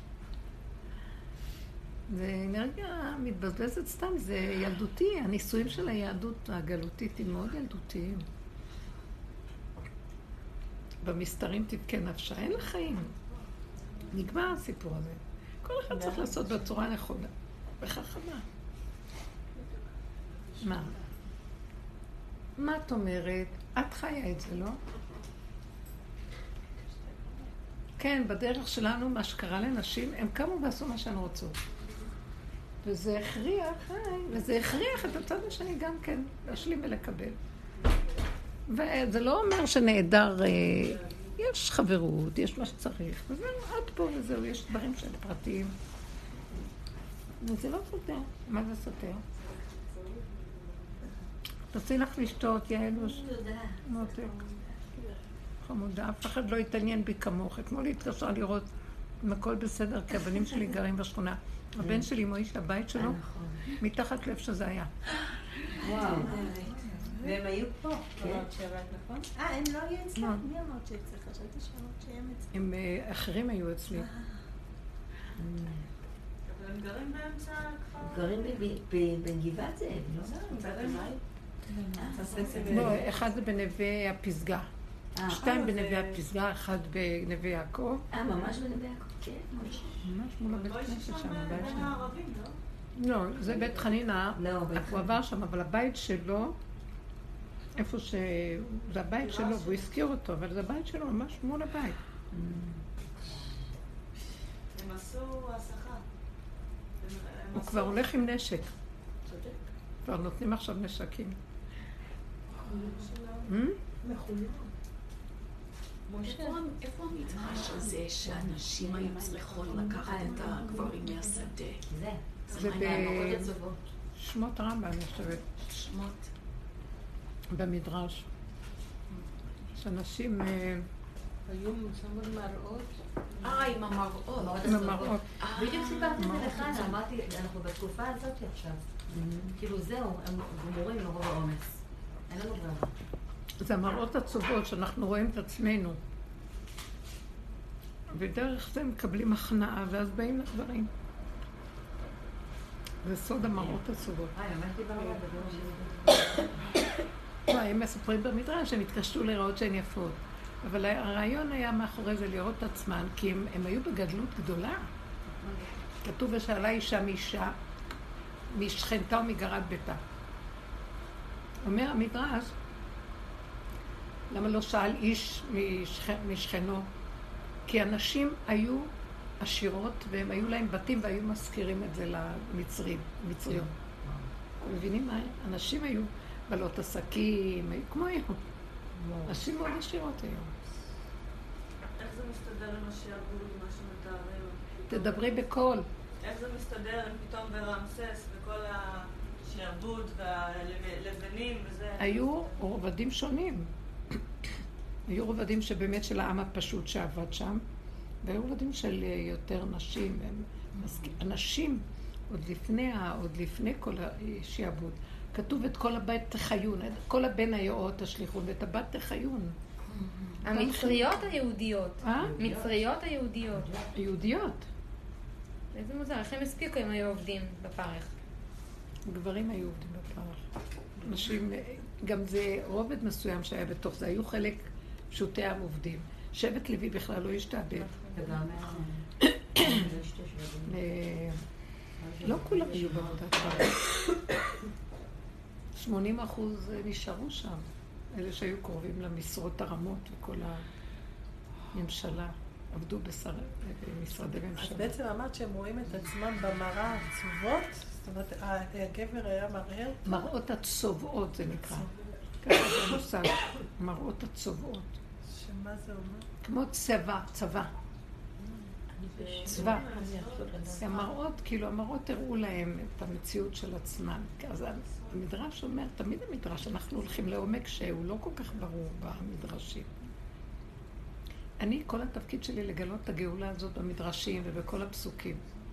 זה אנרגיה מתבזבזת סתם, זה ילדותי. הניסויים של היהדות הגלותית הם מאוד ילדותיים. במסתרים תבכה נפשה, אין לה חיים. נגמר הסיפור הזה. כל אחד צריך לעשות בצורה נכונה וחכמה. מה? מה את אומרת? את חיה את זה, לא? כן, בדרך שלנו, מה שקרה לנשים, הם קמו ועשו מה שהן רוצות. וזה הכריח, וזה הכריח את הצד השני גם כן, להשלים ולקבל. וזה לא אומר שנהדר, יש חברות, יש מה שצריך, וזהו, עד פה וזהו, יש דברים שהם פרטיים. וזה לא סותר. מה זה סותר? תעשי לך לשתות, יעלוש. מותק. חמודה, אף אחד לא יתעניין בי כמוך. אתמול התקשרה לראות אם הכל בסדר, כי הבנים שלי גרים בשכונה. הבן שלי מויש, הבית שלו, מתחת לב שזה היה. וואו. והם היו פה. כן. נכון? אה, הם לא היו אצלך? מי אמרת שאצלך? חשבתי שאמרת שהם אצלך. הם אחרים היו אצלי. אבל הם גרים באמצע הכפר. גרים בגבעת זאב, לא? לא, אחד זה בנווה הפסגה. שתיים בנווה הפסגה, אחד בנווה יעקב. אה, ממש בנווה יעקב, כן. ממש מול הבית כנסת שם, הבית בין שם. הערבים, לא? לא, זה בית חנינה, הוא עבר שם, אבל הבית שלו, איפה ש... זה הבית שלו, והוא הזכיר אותו, אבל זה הבית שלו ממש מול הבית. הם עשו הסחה. הוא כבר הולך עם נשק. כבר נותנים עכשיו נשקים. איפה המדרש הזה שהנשים היו צריכות לקחת את הגברים מהשדה? זה. זה בשמות רמב"ם, אני חושבת. שמות. במדרש. שאנשים... היו שמות מראות. אה, עם המראות. עם המראות. בדיוק סיפרתי את זה לך, אמרתי, אנחנו בתקופה הזאת עכשיו. כאילו זהו, הם גמורים מרוב העומס. אין לנו ברירה. זה המראות הצובות שאנחנו רואים את עצמנו. ודרך זה מקבלים הכנעה, ואז באים לדברים. זה סוד המראות הצובות. אה, למדתי ברמה, לא, הם מספרים במדרש, הם התקשו לראות שהן יפות. אבל הרעיון היה מאחורי זה לראות את עצמן, כי הם, הם היו בגדלות גדולה. כתוב ושאלה אישה מאישה, משכנתה ומגרת ביתה. אומר המדרש, למה לא שאל איש משכ... משכנו? כי אנשים היו עשירות והם היו להם בתים והיו מזכירים את זה למצרים, מצרים. מבינים מה? אנשים היו בעלות עסקים, היו כמו היום. נשים מאוד עשירות היום. איך זה מסתדר עם השיעבוד, מה שמתארים? תדברי בקול. איך זה מסתדר עם פתאום ברמסס וכל השיעבוד והלבנים וזה? היו רובדים שונים. היו רובדים שבאמת של העם הפשוט שעבד שם, והיו רובדים של יותר נשים. אנשים, עוד לפני, עוד לפני כל השיעבוד, כתוב את כל הבית תחיון, את כל הבן היאות תשליכון, ואת הבת תחיון. המצריות היהודיות. אה? מצריות היהודיות. יהודיות. איזה מוזר, איך הם הספיקו אם היו עובדים בפרך? גברים היו עובדים בפרך. נשים, גם זה רובד מסוים שהיה בתוך זה, היו חלק פשוטי עם עובדים. שבט לוי בכלל לא השתעבד. וגם... לא כולם היו בעבודת פרך. שמונים אחוז נשארו שם. אלה שהיו קרובים למשרות הרמות וכל הממשלה. עבדו במשרדי ממשלה. אז בעצם אמרת שהם רואים את עצמם במראה הצובות? זאת אומרת, הגבר היה מראה? מראות הצובעות זה נקרא. ככה זה מושג. מראות הצובעות. שמה זה אומר? כמו צבע, צבא. צבא. המראות, כאילו המראות הראו להם את המציאות של עצמם. אז המדרש אומר, תמיד המדרש, אנחנו הולכים לעומק שהוא לא כל כך ברור במדרשים. אני, כל התפקיד שלי לגלות את הגאולה הזאת במדרשים ובכל הפסוקים.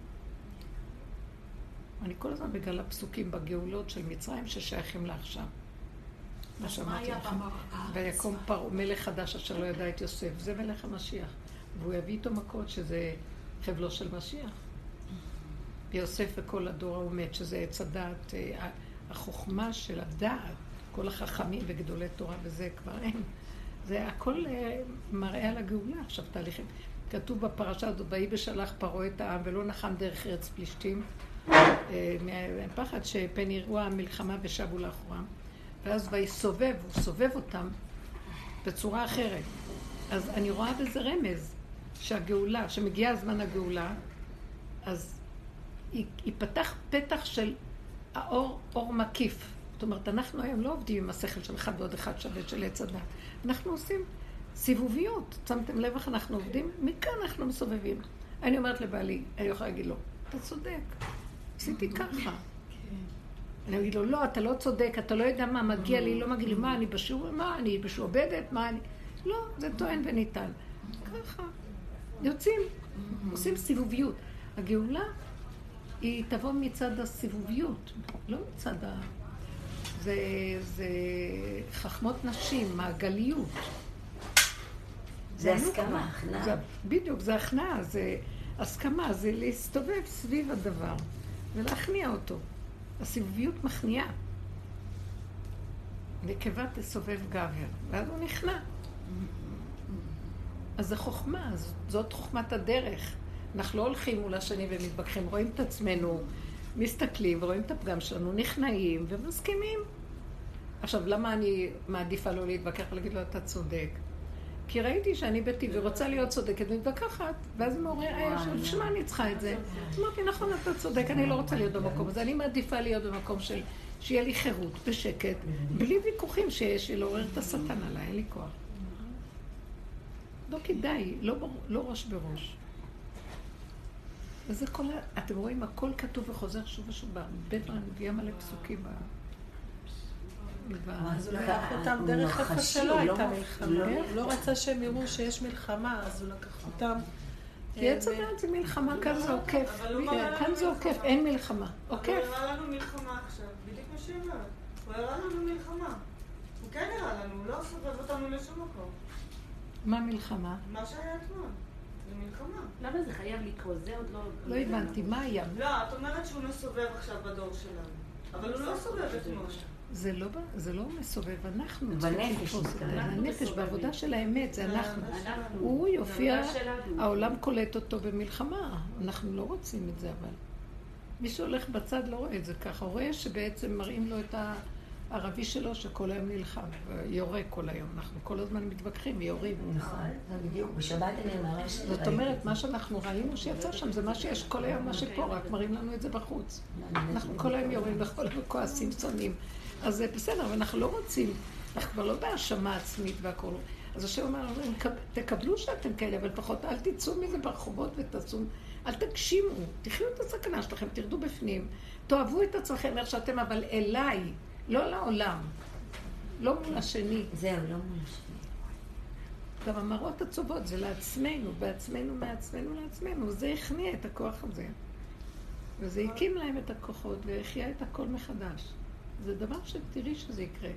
אני כל הזמן בגלל הפסוקים בגאולות של מצרים ששייכים לעכשיו. אז מה היה במראה? ויקום פרעה, מלך חדש אשר לא ידע את יוסף. זה מלך המשיח. והוא יביא איתו מכות שזה חבלו של משיח. ויוסף וכל הדור הוא מת, שזה עץ הדעת, החוכמה של הדעת, כל החכמים וגדולי תורה, וזה כבר אין. זה הכל מראה על הגאולה, עכשיו תהליכים. כתוב בפרשה הזאת, ויהי בשלח פרעה את העם ולא נחם דרך ארץ פלישתים, מהפחד שפן יראו המלחמה ושבו לאחורם. ואז ויסובב, הוא סובב אותם בצורה אחרת. אז אני רואה בזה רמז שהגאולה, שמגיע הזמן הגאולה, אז ייפתח פתח של האור, אור מקיף. זאת אומרת, אנחנו היום לא עובדים עם השכל של אחד ועוד אחד שווה של עץ הדת. אנחנו עושים סיבוביות. שמתם לב איך אנחנו עובדים? מכאן אנחנו מסובבים. אני אומרת לבעלי, אני יכולה להגיד לו, אתה צודק, עשיתי ככה. אני אגיד לו, לא, אתה לא צודק, אתה לא יודע מה מגיע לי, לא מגיע לי, מה, אני בשיעור, מה, אני בשועבדת, מה אני... לא, זה טוען וניתן. ככה. יוצאים, עושים סיבוביות. הגאולה היא תבוא מצד הסיבוביות, לא מצד ה... זה, זה חכמות נשים, מעגליות. זה הסכמה, הכנעה. בדיוק, זה הכנעה, זה הסכמה, זה להסתובב סביב הדבר ולהכניע אותו. הסיבוביות מכניעה. נקבה תסובב גבר, ואז הוא נכנע. אז זה חוכמה, זאת חוכמת הדרך. אנחנו לא הולכים מול השני ומתבקחים, רואים את עצמנו, מסתכלים ורואים את הפגם שלנו, נכנעים ומסכימים. עכשיו, למה אני מעדיפה לא להתווכח ולהגיד לו, אתה צודק? כי ראיתי שאני בטבעי ורוצה להיות צודקת ומתווכחת, ואז מעורר היה של שמה אני צריכה את זה. אמרתי, נכון, אתה צודק, אני לא רוצה להיות במקום הזה, אני מעדיפה להיות במקום של שיהיה לי חירות, בשקט, בלי ויכוחים שיש, לעורר את השטן עליי, אין לי כוח. לא כדאי, לא, לא ראש בראש. וזה כל, אתם רואים, הכל כתוב וחוזר שוב ושוב, בהרבה דברים, מביאה מלא פסוקים בה. אז הוא לקח אותם דרך איפה שלא הייתה מלחמה. הוא לא רצה שהם יראו שיש מלחמה, אז הוא לקח אותם. כי עץ הדעת זה מלחמה, כאן זה עוקף. כאן זה עוקף, אין מלחמה. עוקף. הוא הראה לנו מלחמה עכשיו, בדיוק מה שהיא אומרת. הוא הראה לנו מלחמה. הוא כן הראה לנו, הוא לא סובב אותנו לשום מקום. מה מלחמה? מה שהיה אתמול. זה מלחמה. למה זה חייב לקרות? זה עוד לא... לא הבנתי, מה היה? לא, את אומרת שהוא מסובב עכשיו בדור שלנו. אבל הוא לא סובב אתמול. זה לא, זה לא מסובב, אנחנו בנפש, הנפש בעבודה של האמת, זה אנחנו. הוא יופיע, העולם קולט אותו במלחמה, אנחנו לא רוצים את זה, אבל מי שהולך בצד לא רואה את זה ככה, הוא רואה שבעצם מראים לו את הערבי שלו שכל היום נלחם, ויורה כל היום, אנחנו כל הזמן מתווכחים ויורים. נכון, זה בדיוק, בשבת אני מראה ש... זאת אומרת, מה שאנחנו ראינו שיצא שם זה מה שיש כל היום, מה שפה, רק מראים לנו את זה בחוץ. אנחנו כל היום יורים וכל היום כועסים, שונאים. אז זה בסדר, אבל אנחנו לא רוצים, אנחנו כבר לא בהאשמה עצמית והכל. אז השם אומר, תקבלו שאתם כאלה, אבל פחות אל תצאו מזה ברחובות ותעשו, אל תגשימו, תחיו את הסכנה שלכם, תרדו בפנים, תאהבו את עצמכם איך שאתם, אבל אליי, לא לעולם, לא מול השני. זהו, לא מול השני. גם המראות הצובות זה לעצמנו, בעצמנו, מעצמנו, לעצמנו, זה הכניע את הכוח הזה. וזה הקים להם את הכוחות והחייה את הכל מחדש. זה דבר שתראי שזה יקרה.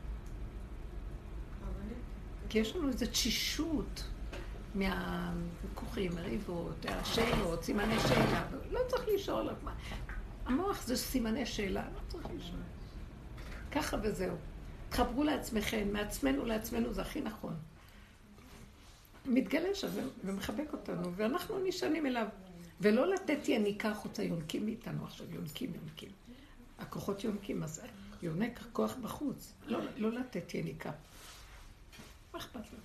כי יש לנו איזו תשישות מהוויכוחים, מריבות, השאלות, סימני שאלה. לא צריך לשאול. המוח זה סימני שאלה, לא צריך לשאול. ככה וזהו. תחברו לעצמכם, מעצמנו לעצמנו, זה הכי נכון. מתגלה שווה ומחבק אותנו, ואנחנו נשענים אליו. ולא לתת יניקה חוצה, יונקים מאיתנו עכשיו, יונקים, יונקים. הכוחות יונקים, אז יונק כוח בחוץ, לא, לא לתת יניקה. מה אכפת לו?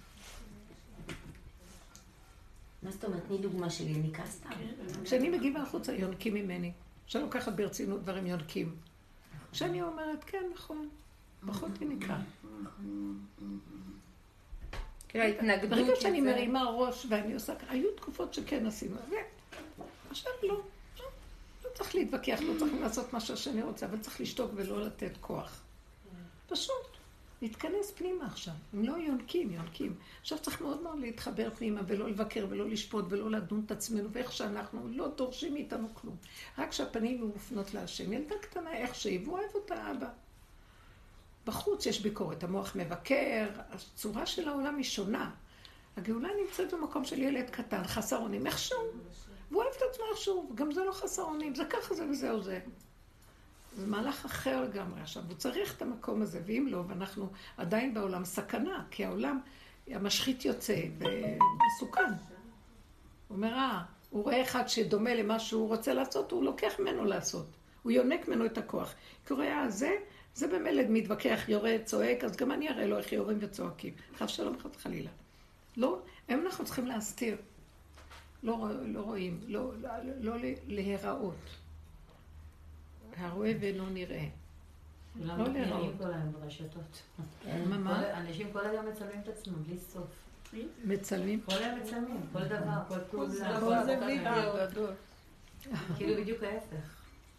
מה זאת אומרת? תני דוגמה של יניקה סתם. כשאני מגיבה החוצה, יונקים ממני. כשאני לוקחת ברצינות דברים יונקים. כשאני אומרת, כן, נכון, פחות יניקה. ברגע שאני מרימה ראש ואני עושה, היו תקופות שכן עשינו, עכשיו לא. לא צריך להתווכח, לא צריך לעשות משהו שאני רוצה, אבל צריך לשתוק ולא לתת כוח. פשוט, להתכנס פנימה עכשיו. הם לא יונקים, יונקים. עכשיו צריך מאוד מאוד להתחבר פנימה ולא לבקר ולא לשפוט ולא לדון את עצמנו ואיך שאנחנו לא דורשים מאיתנו כלום. רק שהפנים יהיו מופנות להשם. ילדה קטנה איך שהיא, והוא אוהב אותה אבא. בחוץ יש ביקורת, המוח מבקר, הצורה של העולם היא שונה. הגאולה נמצאת במקום של ילד קטן, חסר אונים, איכשהו. והוא אוהב את עצמו איכשהו, גם זה לא חסר אונים, זה ככה זה וזהו זה. זה מהלך אחר לגמרי. עכשיו, הוא צריך את המקום הזה, ואם לא, ואנחנו עדיין בעולם סכנה, כי העולם, המשחית יוצא ומסוכן. הוא אומר, אה, הוא רואה אחד שדומה למה שהוא רוצה לעשות, הוא לוקח ממנו לעשות. הוא יונק ממנו את הכוח. כי הוא רואה, זה, זה במלד מתווכח, יורד, צועק, אז גם אני אראה לו איך יורים וצועקים. חב שלום חד חלילה. לא, הם אנחנו צריכים להסתיר. לא, לא רואים, לא, לא, לא להיראות. הרואה ואינו נראה. לא להיראות. כל היום ברשתות. מה, מה? אנשים כל היום מצלמים את עצמם, בלי סוף. מצלמים? כל היום מצלמים, כל דבר, כל פעולה. כל זה וידאו. כאילו בדיוק ההפך.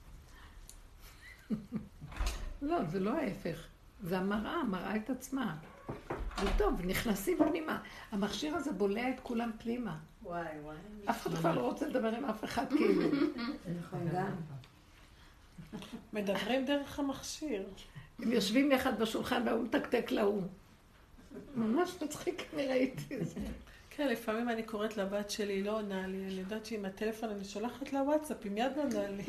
לא, זה לא ההפך. זה המראה, מראה את עצמה. זה טוב, נכנסים פנימה. המכשיר הזה בולע את כולם פנימה. וואי, וואי. אף אחד כבר לא רוצה לדבר עם אף אחד כאילו. נכון, גם. מדברים דרך המכשיר. הם יושבים יחד בשולחן והוא מתקתק להוא. ממש מצחיק, אני ראיתי את זה. כן, לפעמים אני קוראת לבת שלי, לא עונה לי. אני יודעת שעם הטלפון אני שולחת לה וואטסאפ, היא מיד עונה לי.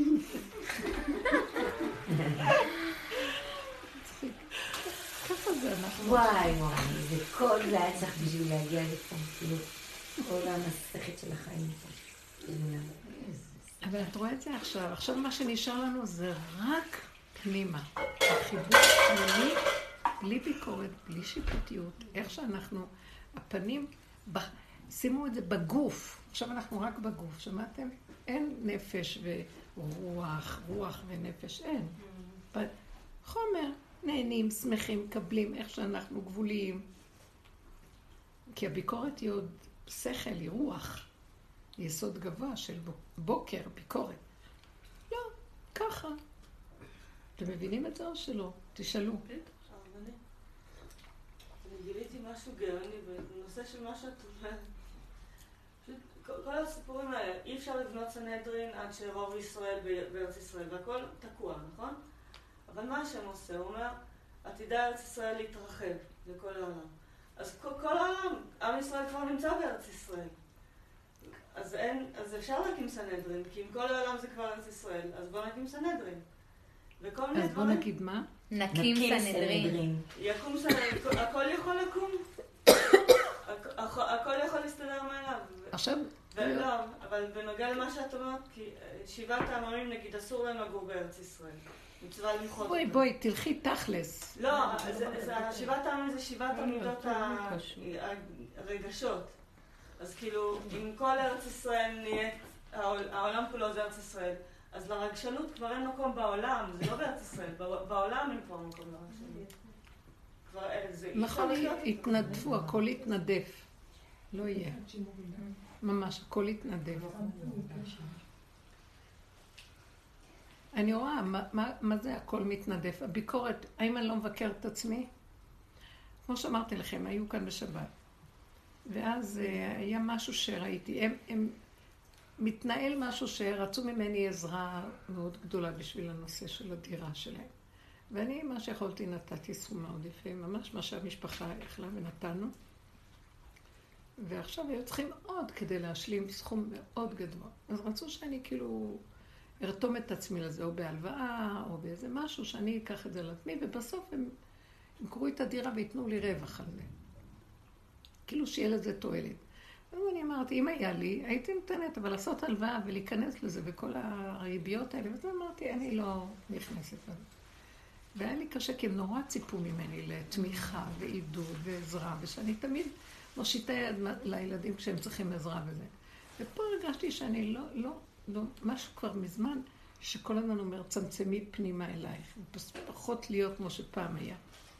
ככה זה אנחנו. וואי וואי, זה כל זה היה צריך בשביל להגיע לפה, כאילו, כל המסכת של החיים פה. אבל את רואה את זה עכשיו, עכשיו מה שנשאר לנו זה רק פנימה. החיבור פנימי, בלי ביקורת, בלי שיפוטיות, איך שאנחנו, הפנים, שימו את זה בגוף, עכשיו אנחנו רק בגוף, שמעתם? אין נפש ורוח, רוח ונפש, אין. חומר. נהנים, שמחים, קבלים, איך שאנחנו גבוליים. כי הביקורת היא עוד שכל, היא רוח. היא יסוד גבוה של בוקר, ביקורת. לא, ככה. אתם מבינים את זה או שלא? תשאלו. אני גיליתי משהו גאוני בנושא של מה שאת אומרת. כל הסיפורים האלה, אי אפשר לבנות סנהדרין עד שרוב ישראל בארץ ישראל, והכל תקוע, נכון? אבל מה השם עושה? הוא אומר, עתידה ארץ ישראל להתרחב לכל העולם. אז כל, כל העולם, עם ישראל כבר נמצא בארץ ישראל. אז, אין, אז אפשר להקים סנהדרין, כי אם כל העולם זה כבר ארץ ישראל, אז בוא נקים סנהדרין. וכל מיני אז בוא דברים... נגיד מה? נקים סנהדרין. יקום סנהדרין, הכל יכול לקום. הכל יכול להסתדר מאליו. עכשיו... ולא, אבל בנוגע למה שאת אומרת, כי שבעת העממים נגיד אסור להם לגור בארץ ישראל. מצווה למחות. בואי, בואי, תלכי תכלס. לא, שבעת העמים זה שבעת המידות הרגשות. אז כאילו, אם כל ארץ ישראל נהיית, העולם כולו זה ארץ ישראל, אז לרגשנות כבר אין מקום בעולם, זה לא בארץ ישראל, בעולם אין כבר מקום לרגשנות. נכון, התנדפו, הכל התנדף. לא יהיה. ממש, הכל התנדף. אני רואה, מה, מה, מה זה הכל מתנדף? הביקורת, האם אני לא מבקר את עצמי? כמו שאמרתי לכם, היו כאן בשבת. ואז uh, היה משהו שראיתי, הם, הם מתנהל משהו שרצו ממני עזרה מאוד גדולה בשביל הנושא של הדירה שלהם. ואני, מה שיכולתי, נתתי סכום מאוד יפה, ממש מה שהמשפחה יכלה ונתנו. ועכשיו היו צריכים עוד כדי להשלים סכום מאוד גדול. אז רצו שאני כאילו... ארתום את עצמי לזה, או בהלוואה, או באיזה משהו, שאני אקח את זה לעצמי, ובסוף הם יקרו את הדירה ויתנו לי רווח על זה. כאילו שיהיה לזה תועלת. ואני אמרתי, אם היה לי, הייתי נותנת, אבל לעשות הלוואה ולהיכנס לזה, וכל הריביות האלה, ואז אמרתי, אני לא נכנסת לזה. והיה לי קשה, כי הם נורא ציפו ממני לתמיכה ועידוד ועזרה, ושאני תמיד מושיטה יד לילדים כשהם צריכים עזרה וזה. ופה הרגשתי שאני לא, לא, לא, משהו כבר מזמן, שכל הזמן אומר, צמצמי פנימה אלייך, פחות להיות כמו שפעם היה.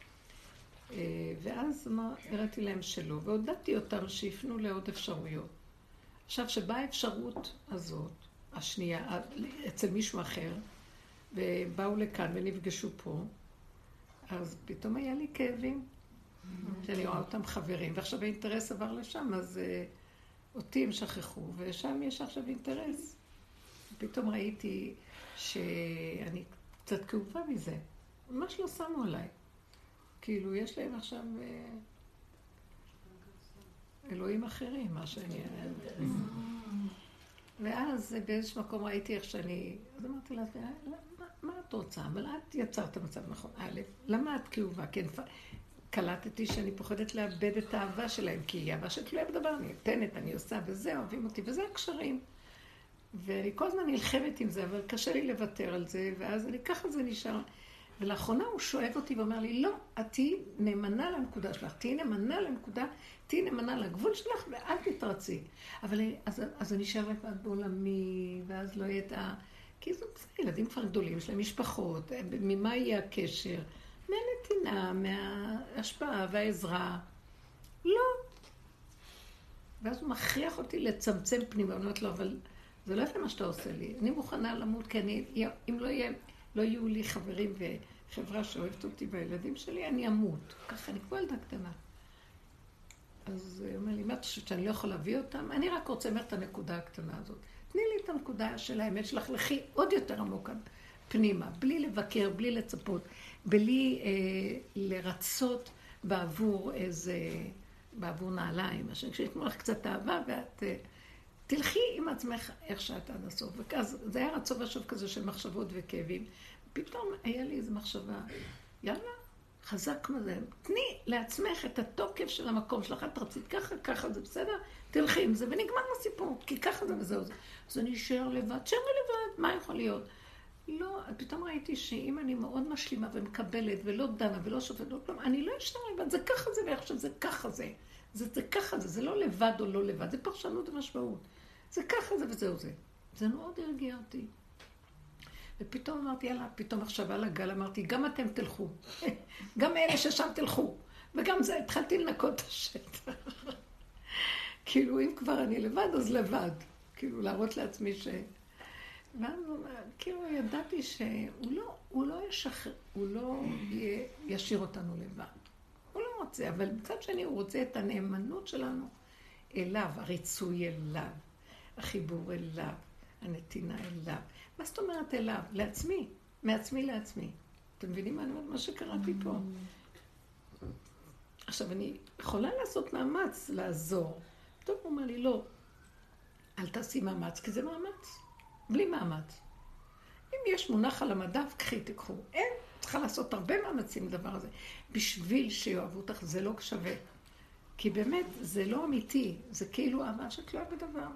ואז הראיתי להם שלא, והודעתי אותם שיפנו לעוד אפשרויות. עכשיו, שבאה האפשרות הזאת, השנייה, אצל מישהו אחר, ובאו לכאן ונפגשו פה, אז פתאום היה לי כאבים, שאני רואה אותם חברים, ועכשיו האינטרס עבר לשם, אז אותי הם שכחו, ושם יש עכשיו אינטרס. פתאום ראיתי שאני קצת כאובה מזה, ממש לא שמו עליי. כאילו, יש להם עכשיו אלוהים אחרים, מה שאני... ואז באיזשהו מקום ראיתי איך שאני... אז אמרתי לה, מה את רוצה? אבל את יצרת מצב נכון. א', למה את כאובה? כי קלטתי שאני פוחדת לאבד את האהבה שלהם, כי היא אהבה שתלויה בדבר, אני נותנת, אני עושה, וזה, אוהבים אותי, וזה הקשרים. ואני כל הזמן נלחמת עם זה, אבל קשה לי לוותר על זה, ואז אני ככה זה נשאר. ולאחרונה הוא שואב אותי ואומר לי, לא, את תהי נאמנה לנקודה שלך, תהי נאמנה לנקודה, תהי נאמנה לגבול שלך, ואל תתרצי. אבל אז, אז אני שואבת בעולמי, ואז לא יהיה את ה... כי זה בסדר, ילדים כבר גדולים, יש להם משפחות, ממה יהיה הקשר? מהנתינה, מההשפעה והעזרה. לא. ואז הוא מכריח אותי לצמצם פנימה, אני אומרת לו, אבל זה לא יפה מה שאתה עושה לי. אני מוכנה למות, כי אני, אם לא יהיה, לא יהיו לי חברים וחברה שאוהבת אותי והילדים שלי, אני אמות. ככה, אני כמו ילדה קטנה. אז הוא אומר לי, מה אתה חושבת שאני לא יכול להביא אותם? אני רק רוצה לומר את הנקודה הקטנה הזאת. תני לי את הנקודה של האמת שלך, לכי עוד יותר עמוק פנימה, בלי לבקר, בלי לצפות, בלי אה, לרצות בעבור איזה, בעבור נעליים, כשיתנו לך קצת אהבה, ואת אה, תלכי עם עצמך איך שאת עד הסוף. ואז זה היה רצוב ושוב כזה של מחשבות וכאבים. פתאום היה לי איזו מחשבה, יאללה, חזק מזה, תני לעצמך את התוקף של המקום שלך, את רצית ככה, ככה, זה בסדר, תלכי עם זה, ונגמר הסיפור, כי ככה זה וזהו זה. אז אני אשאר לבד, שאר לבד, מה יכול להיות? לא, פתאום ראיתי שאם אני מאוד משלימה ומקבלת, ולא דנה, ולא שופטת, לא כלום, אני לא אשאר לבד, זה ככה זה, ועכשיו זה ככה זה. זה, זה ככה זה, זה לא לבד או לא לבד, זה פרשנות ומשמעות. זה ככה זה וזהו זה. זה מאוד הרגיע אותי. ופתאום אמרתי, יאללה, פתאום עכשיו על הגל, אמרתי, גם אתם תלכו. גם אלה ששם תלכו. וגם זה, התחלתי לנקות את השטח. כאילו, אם כבר אני לבד, אז לבד. כאילו, להראות לעצמי ש... ואז, כאילו, ידעתי שהוא לא, הוא לא ישחרר, הוא לא ישאיר אותנו לבד. הוא לא רוצה, אבל מצד שני, הוא רוצה את הנאמנות שלנו אליו, הריצוי אליו, החיבור אליו, הנתינה אליו. מה זאת אומרת אליו? לעצמי, מעצמי לעצמי. אתם מבינים מה אני אומרת? מה שקראתי פה. עכשיו, אני יכולה לעשות מאמץ לעזור. טוב, הוא אומר לי, לא, אל תעשי מאמץ, כי זה מאמץ. בלי מאמץ. אם יש מונח על המדף, קחי, תקחו. אין, צריכה לעשות הרבה מאמצים לדבר הזה. בשביל שיאהבו אותך, זה לא שווה. כי באמת, זה לא אמיתי. זה כאילו אהבה שתלויה בדבר.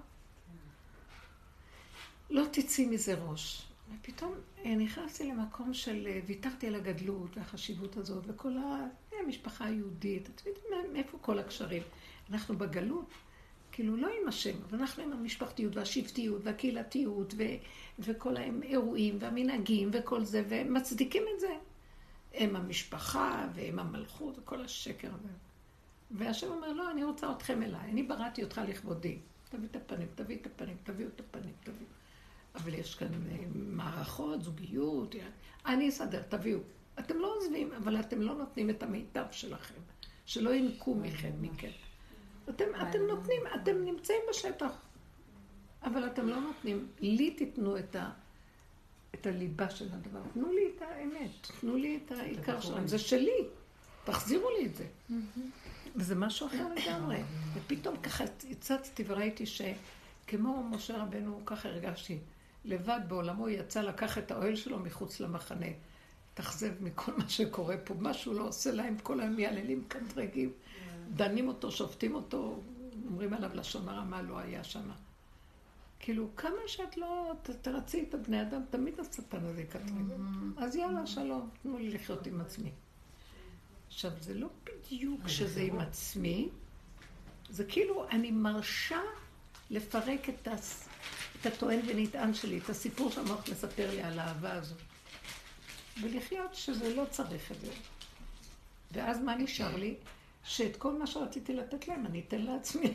לא תצאי מזה ראש. ופתאום נכנסתי למקום של ויתרתי על הגדלות והחשיבות הזאת, וכל המשפחה היהודית. את יודעת מאיפה כל הקשרים? אנחנו בגלות, כאילו לא עם השם, אבל אנחנו עם המשפחתיות והשבטיות והקהילתיות ו- וכל האירועים והמנהגים וכל זה, ומצדיקים את זה. הם המשפחה והם המלכות וכל השקר הזה. והשם אומר, לא, אני רוצה אתכם אליי, אני בראתי אותך לכבודי. תביא את הפנים, תביא את הפנים, תביאו את הפנים, תביאו. אבל יש כאן מערכות, זוגיות, אני אסדר, תביאו. אתם לא עוזבים, אבל אתם לא נותנים את המיטב שלכם, שלא ינקו מכם, מכם. אתם, אתם נותנים, אתם נמצאים בשטח, אבל אתם לא נותנים. לי תיתנו את, ה, את הליבה של הדבר. תנו לי את האמת, תנו לי את העיקר שלהם. זה שלי, תחזירו לי את זה. וזה משהו אחר לגמרי. ופתאום ככה הצצתי וראיתי שכמו משה רבנו, ככה הרגשתי, לבד בעולמו יצא לקח את האוהל שלו מחוץ למחנה. תחזב מכל מה שקורה פה, משהו לא עושה להם, כל היום מייללים קנטרגים. דנים אותו, שופטים אותו, אומרים עליו לשון הרע, מה לא היה שם. כאילו, כמה שאת לא תרצי את הבני אדם, תמיד השטן הזה יקטרג. אז יאללה, שלום, תנו לי לחיות עם עצמי. עכשיו, זה לא בדיוק שזה עם עצמי, זה כאילו, אני מרשה לפרק את, הס... את הטוען ונטען שלי, את הסיפור שהמוח מספר לי על האהבה הזו. ולחיות שזה לא צריך את זה. ואז מה נשאר לי? שאת כל מה שרציתי לתת להם, אני אתן לעצמי.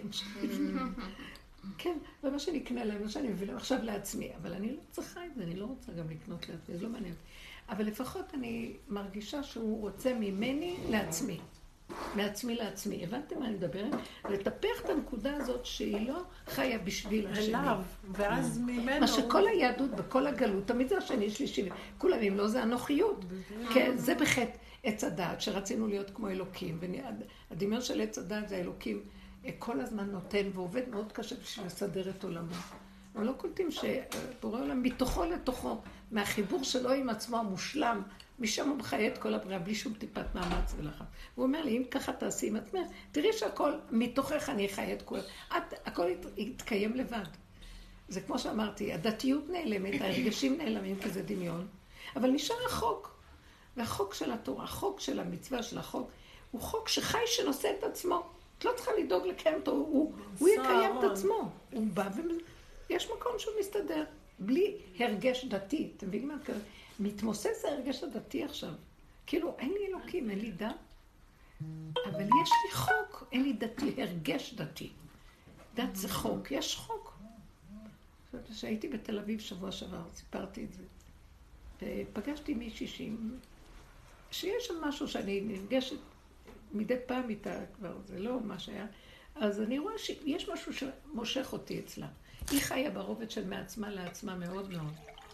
כן, ומה שאני אקנה להם, מה שאני מביא להם עכשיו לעצמי. אבל אני לא צריכה את זה, אני לא רוצה גם לקנות לעצמי, זה לא מעניין. אבל לפחות אני מרגישה שהוא רוצה ממני לעצמי. מעצמי לעצמי. הבנתם מה אני מדברת? לטפח את הנקודה הזאת שהיא לא חיה בשביל השני. אליו, ואז ממנו... מה שכל היהדות בכל הגלות, תמיד זה השני שלישי. כולם, אם לא זה אנוכיות. כן, זה בחטא. עץ הדעת, שרצינו להיות כמו אלוקים, והדמיון של עץ הדעת זה אלוקים כל הזמן נותן ועובד מאוד קשה בשביל לסדר את עולמו. אבל לא קולטים שבורא עולם מתוכו לתוכו, מהחיבור שלו עם עצמו המושלם, משם הוא מחיה את כל הבריאה בלי שום טיפת מאמץ ולחץ. הוא אומר לי, אם ככה תעשי עם עצמך, תראי שהכל, מתוכך אני חיה את כל... את, הכל יתקיים לבד. זה כמו שאמרתי, הדתיות נעלמת, הרגשים נעלמים כזה דמיון, אבל נשאר החוק. והחוק של התורה, החוק של המצווה של החוק, הוא חוק שחי שנושא את עצמו. את לא צריכה לדאוג לקיים אותו, הוא, הוא יקיים את עצמו. הוא בא ויש מקום שהוא מסתדר. בלי הרגש דתי. אתם מבינים מה? מתמוסס ההרגש הדתי עכשיו. כאילו, אין לי אלוקים, אין לי דת, אבל יש לי חוק, אין לי דתי, הרגש דתי. דת זה חוק, יש חוק. כשהייתי בתל אביב שבוע שעבר, סיפרתי את זה. ופגשתי מישהי שיש שם משהו שאני נפגשת מדי פעם איתה כבר, זה לא מה שהיה. אז אני רואה שיש משהו שמושך אותי אצלה. היא חיה ברובד של מעצמה לעצמה מאוד מאוד.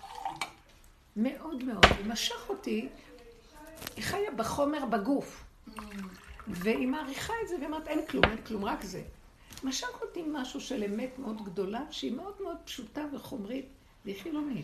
מאוד מאוד. היא משך אותי, היא חיה בחומר בגוף. והיא מעריכה את זה ואומרת, אין כלום, אין כלום, רק זה. משך אותי משהו של אמת מאוד גדולה, שהיא מאוד מאוד פשוטה וחומרית, והיא חילונית.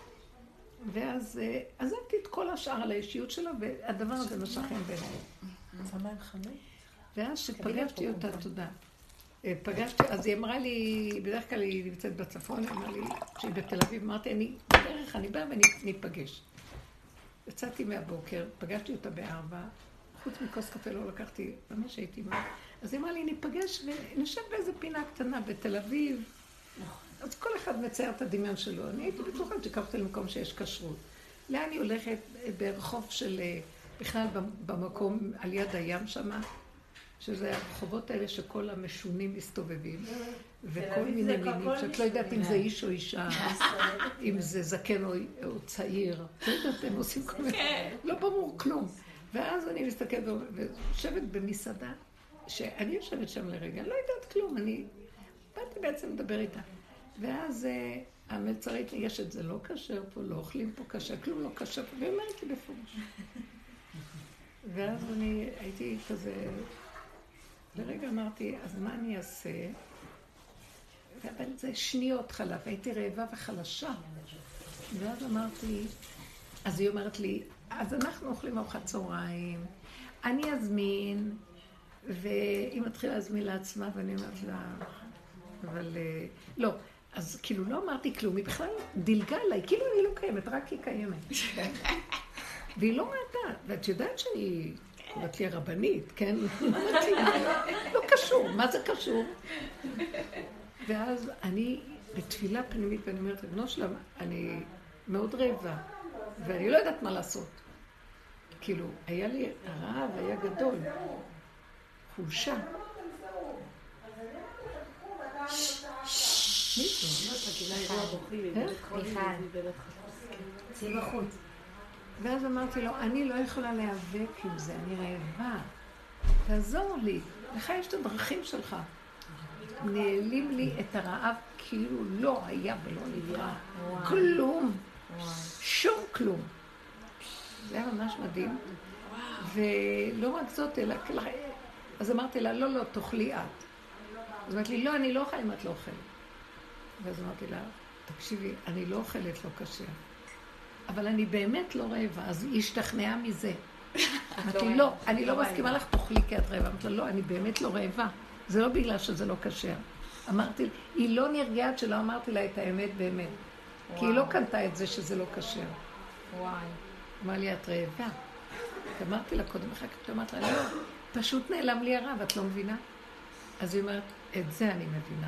ואז עזבתי את כל השאר על האישיות שלה, והדבר הזה משך חן בעיניי. צמאים חמי? ואז שפגשתי אותה, תודה. פגשתי, אז היא אמרה לי, בדרך כלל היא נמצאת בצפון, היא אמרה לי, שהיא בתל אביב, אמרתי, אני בדרך, אני באה ואני ניפגש. יצאתי מהבוקר, פגשתי אותה בארבע, חוץ מכוס קפה לא לקחתי, ממש הייתי מה. אז היא אמרה לי, ניפגש ונשב באיזה פינה קטנה בתל אביב. אז כל אחד מצייר את הדמיון שלו. אני הייתי בטוחה שקח אותי למקום שיש כשרות. לאן היא הולכת? ברחוב של, בכלל במקום על יד הים שמה, שזה הרחובות האלה שכל המשונים מסתובבים, וכל מיני מינים, שאת לא יודעת אם זה איש או אישה, אם זה זקן או צעיר. לא יודעת, הם עושים כל מיני, לא ברור כלום. ואז אני מסתכלת ויושבת במסעדה, שאני יושבת שם לרגע, לא יודעת כלום, אני באתי בעצם לדבר איתה. ואז המלצרית ניגשת, זה לא קשר פה, לא אוכלים פה קשר, כלום לא קשר פה, והיא אומרת לי בפורש. ואז אני הייתי כזה, לרגע אמרתי, אז מה אני אעשה? אבל זה שניות חלף, הייתי רעבה וחלשה. ואז אמרתי, אז היא אומרת לי, אז אנחנו אוכלים ארוחת צהריים, אני אזמין, והיא מתחילה להזמין לעצמה, ואני אומרת לה, אבל לא, אז כאילו לא אמרתי כלום, היא בכלל דילגה עליי, כאילו אני לא קיימת, רק היא קיימת. והיא לא ראתה, ואת יודעת שהיא, קוראת לי הרבנית, כן? לא קשור, מה זה קשור? ואז אני בתפילה פנימית, ואני אומרת, לבנו שלה, אני מאוד רעבה, ואני לא יודעת מה לעשות. כאילו, היה לי הרעב, היה גדול. חולשה. מי זו? צאי בחוץ. ואז אמרתי לו, אני לא יכולה להיאבק עם זה, אני רעבה. תעזור לי, לך יש את הדרכים שלך. נעלים לי את הרעב כאילו לא היה ולא נברא. כלום. שום כלום. זה היה ממש מדהים. ולא רק זאת, אלא... אז אמרתי לה, לא, לא, תאכלי את. אז אמרתי לי, לא, אני לא אוכל אם את לא אוכלת. ואז אמרתי לה, תקשיבי, אני לא אוכלת, לא קשה. אבל אני באמת לא רעבה, אז היא השתכנעה מזה. אמרתי, לא, אני לא מסכימה לך, תאכלי כי את רעבה. אמרתי לה, לא, אני באמת לא רעבה. זה לא בגלל שזה לא קשה. אמרתי, היא לא נרגעת שלא אמרתי לה את האמת באמת. כי היא לא קנתה את זה שזה לא קשה. וואי. אמרה לי, את רעבה. אמרתי לה קודם, אחר כך אמרתי לה, לא, פשוט נעלם לי הרעב, את לא מבינה? אז היא אומרת, את זה אני מבינה.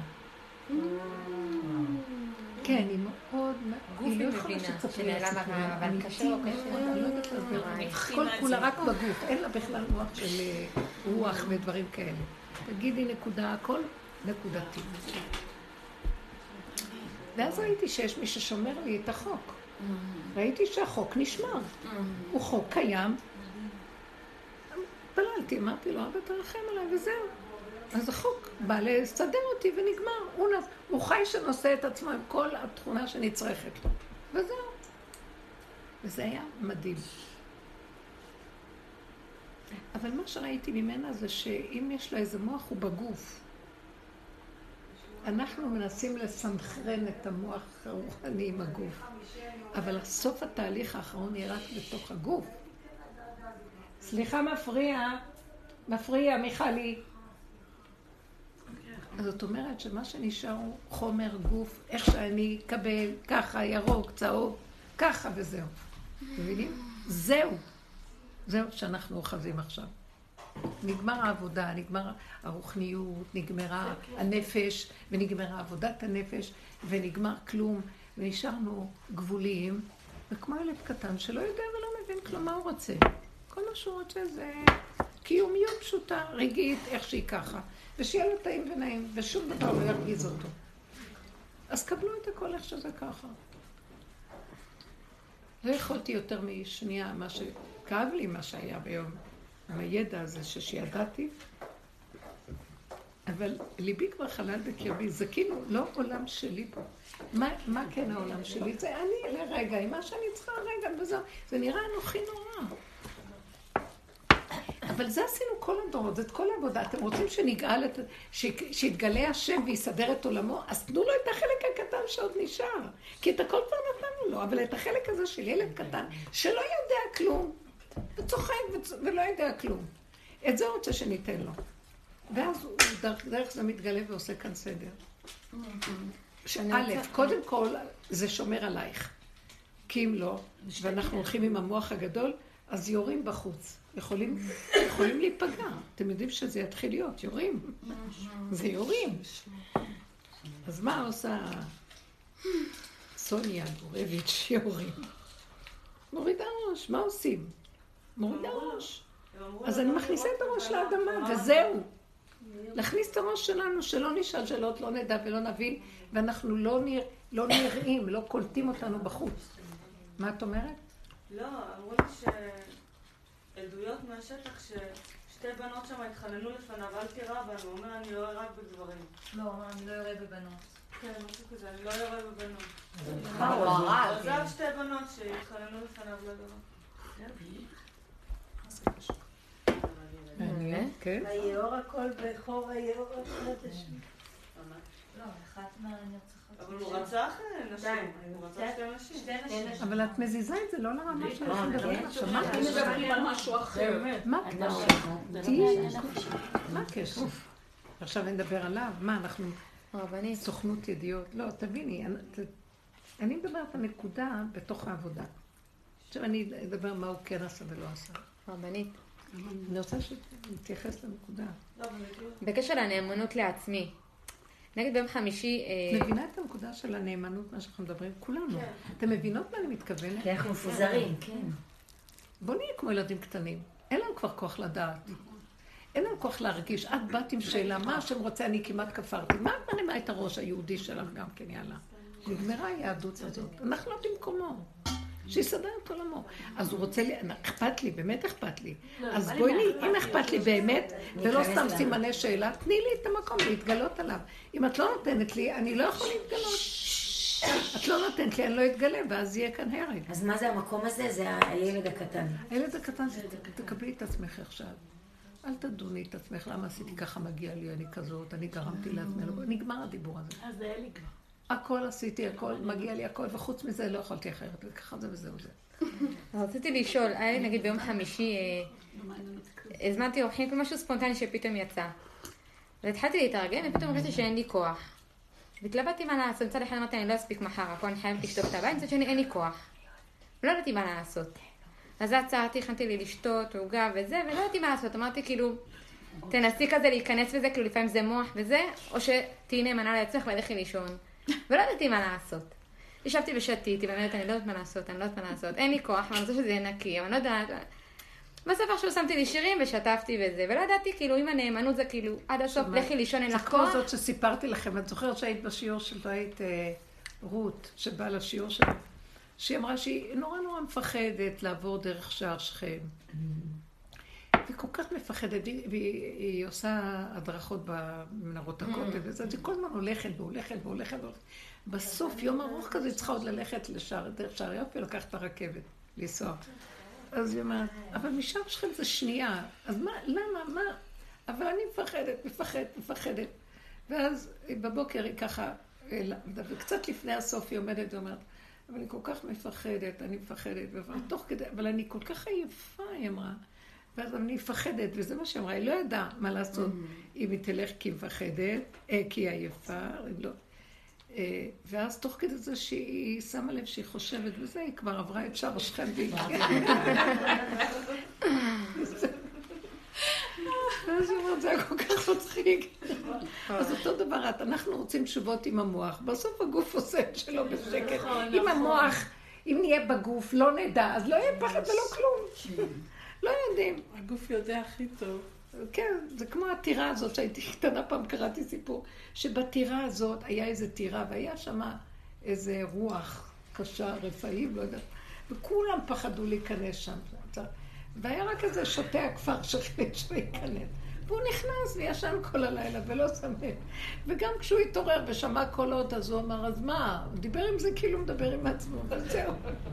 כן, היא מאוד... גוף היא מבינה, שנעלם הרעב, אבל קשה או קשה? אני לא יודעת להסביר. כל כולה רק בגוף, אין לה בכלל רוח של רוח ודברים כאלה. תגידי נקודה, הכל נקודתי. ואז ראיתי שיש מי ששומר לי את החוק. ראיתי שהחוק נשמר. הוא חוק קיים. פללתי, אמרתי לו, אבא תרחם עליי וזהו. אז החוק בא לסדר אותי ונגמר. הוא, נס... הוא חי שנושא את עצמו עם כל התכונה שנצרכת לו. וזהו. וזה היה מדהים. אבל מה שראיתי ממנה זה שאם יש לו איזה מוח הוא בגוף. אנחנו מנסים לסנכרן את המוח הרוחני עם הגוף. אבל סוף התהליך האחרון יהיה רק בתוך הגוף. סליחה, מפריע. מפריע, מיכלי. אז זאת אומרת שמה שנשאר הוא חומר גוף, איך שאני אקבל, ככה, ירוק, צהוב, ככה וזהו. מבינים? זהו. זהו שאנחנו אוחזים עכשיו. נגמר העבודה, נגמר הרוחניות, נגמרה הנפש, ונגמרה עבודת הנפש, ונגמר כלום. ונשארנו גבוליים, וכמו ילד קטן שלא יודע ולא מבין כלום מה הוא רוצה. כל מה שהוא רוצה זה קיומיות פשוטה, רגעית, איך שהיא ככה. ושיהיה לו טעים ונעים, ושום דבר לא ירגיז אותו. אז קבלו את הכל איך שזה ככה. לא יכולתי יותר משנייה, מה שכאב לי, מה שהיה ביום, עם הידע הזה שידעתי, אבל ליבי כבר חלל בקרבי, זה כאילו לא עולם שלי פה. מה, מה כן העולם שלי? זה אני לרגע, עם מה שאני צריכה רגע, וזהו. זה נראה אנוכי נורא. אבל זה עשינו כל הדורות, זאת כל העבודה. אתם רוצים שנגאל את, שיתגלה השם ויסדר את עולמו, אז תנו לו את החלק הקטן שעוד נשאר. כי את הכל כבר נתנו לו, אבל את החלק הזה של ילד קטן, שלא יודע כלום, וצוחק ולא יודע כלום. את זה רוצה שניתן לו. ואז הוא דרך, דרך זה מתגלה ועושה כאן סדר. א', קודם כל, זה שומר עלייך. כי אם לא, ואנחנו הולכים עם המוח הגדול, אז יורים בחוץ. יכולים, יכולים להיפגע. אתם יודעים שזה יתחיל להיות, יורים. זה יורים. אז מה עושה סוניה גורביץ' יורים? מורידה ראש, מה עושים? מורידה ראש. אז אני מכניסה את הראש לאדמה, וזהו. להכניס את הראש שלנו, שלא נשאל שאלות, לא נדע ולא נבין, ואנחנו לא, נרא, לא נראים, לא קולטים אותנו בחוץ. מה את אומרת? לא, אמרו לי שעדויות מהשטח ששתי בנות שם התחננו לפניו, אל תירא בנו, הוא אומר אני יורה רק בגברים. לא, הוא אומר אני לא יורה בבנות. כן, משהו כזה, אני לא יורה בבנות. הוא הרע. זה שתי בנות שהתחננו לפניו לדבר. מעניין, כן. היאור הכל בכור היאור אחת השם. לא, אחת מהנרצחות. אבל הוא רצח נשים, הוא רצח שתי נשים. אבל את מזיזה את זה, לא לרמה שאנחנו מדברים עכשיו. מה אתם מדברים על משהו אחר? מה הקשר? מה הקשר? עכשיו נדבר עליו, מה אנחנו... סוכנות ידיעות. לא, תביני, אני מדברת על נקודה בתוך העבודה. עכשיו אני אדבר מה הוא כן עשה ולא עשה. רבנית. אני רוצה שתתייחס לנקודה. בקשר לנאמנות לעצמי. נגיד ביום חמישי... מבינה את הנקודה של הנאמנות, מה שאנחנו מדברים? כולנו. אתם מבינות מה אני מתכוונת? כי אנחנו מפוזרים, כן. בוא נהיה כמו ילדים קטנים. אין לנו כבר כוח לדעת. אין לנו כוח להרגיש. את באת עם שאלה, מה השם רוצה? אני כמעט כפרתי. מה את מרימה את הראש היהודי שלך גם כן, יאללה? נגמרה היהדות הזאת. אנחנו לא במקומו. שיסדר את עולמו. אז הוא רוצה לי, אכפת לי, באמת אכפת לי. אז בואי לי, אם אכפת לי באמת, ולא סתם סימני שאלה, תני לי את המקום להתגלות עליו. אם את לא נותנת לי, אני לא יכול להתגלות. את לא נותנת לי, אני לא אתגלה, ואז יהיה כאן הרג. אז מה זה המקום הזה? זה הילד הקטן. הילד הקטן, תקבלי את עצמך עכשיו. אל תדוני את עצמך, למה עשיתי ככה, מגיע לי, אני כזאת, אני גרמתי לעצמי, נגמר הדיבור הזה. אז זה היה לי כבר. הכל עשיתי, הכל, מגיע לי הכל, וחוץ מזה לא יכולתי אחרת, וככה זה וזהו זה. רציתי לשאול, היה לי נגיד ביום חמישי, הזמנתי אורחים כמשהו ספונטני שפתאום יצא. והתחלתי להתארגן, ופתאום הרגשתי שאין לי כוח. והתלבטתי מה לעשות, מצד אחד אמרתי, אני לא אספיק מחר, הכל אני חייבת לשטוף את הבית, מצד שני אין לי כוח. ולא ידעתי מה לעשות. אז עצרתי, הכנתי לי לשתות, עוגה וזה, ולא ידעתי מה לעשות. אמרתי כאילו, תנסי כזה להיכנס בזה, כאילו לפעמים זה מוח וזה, או שתהי נאמנה לעצמך ולכי לישון. ולא ידעתי מה לעשות. ישבתי ושתיתי, ואמרת, אני לא יודעת מה לעשות, אני לא יודעת מה לעשות. אין לי כוח, אני רוצה שזה יהיה נקי, אבל אני לא יודעת. בסוף עכשיו שמתי לי שירים ושתפתי וזה, ולא ידעתי, כאילו, אם הנאמנות זה כאילו, עד הסוף, לכי לישון, אין לך כוח. זה כמו זאת שסיפרתי לכם, את זוכרת שהיית בשיעור של היית רות, שבאה לשיעור שלה, שהיא אמרה שהיא נורא נורא מפחדת לעבור דרך שער שכם. והיא כל כך מפחדת, והיא עושה הדרכות במנהרות הכותל, וזה כל הזמן הולכת והולכת והולכת. בסוף, יום ארוך כזה, היא צריכה עוד ללכת דרך שער יופי, לקחת את הרכבת, לנסוע. אז היא אומרת, אבל משער שכם זה שנייה, אז מה, למה, מה? אבל אני מפחדת, מפחדת, מפחדת. ואז בבוקר היא ככה, וקצת לפני הסוף היא עומדת ואומרת, אבל אני כל כך מפחדת, אני מפחדת, ותוך כדי, אבל אני כל כך עייפה, היא אמרה. ואז אני מפחדת, וזה מה שאמרה, היא לא ידעה מה לעשות, אם היא תלך כי היא מפחדת, כי היא עייפה, אם לא. ואז תוך כדי זה שהיא שמה לב שהיא חושבת, וזה, היא כבר עברה את שער שכם והגיעה. ואז היא אומרת, זה היה כל כך מצחיק. אז אותו דבר, אנחנו רוצים תשובות עם המוח, בסוף הגוף עושה את שלו בשקט. אם המוח, אם נהיה בגוף, לא נדע, אז לא יהיה פחד ולא כלום. לא יודעים. הגוף יודע הכי טוב. כן, זה כמו הטירה הזאת שהייתי קטנה פעם, קראתי סיפור, שבטירה הזאת היה איזה טירה, והיה שם איזה רוח קשה, רפאים, לא יודעת, וכולם פחדו להיכנס שם. והיה רק איזה שוטה הכפר שחליט שהוא ייכנס. והוא נכנס וישן כל הלילה ולא שמח. וגם כשהוא התעורר ושמע קולות, אז הוא אמר, אז מה? הוא דיבר עם זה כאילו מדבר עם עצמו, אבל זהו.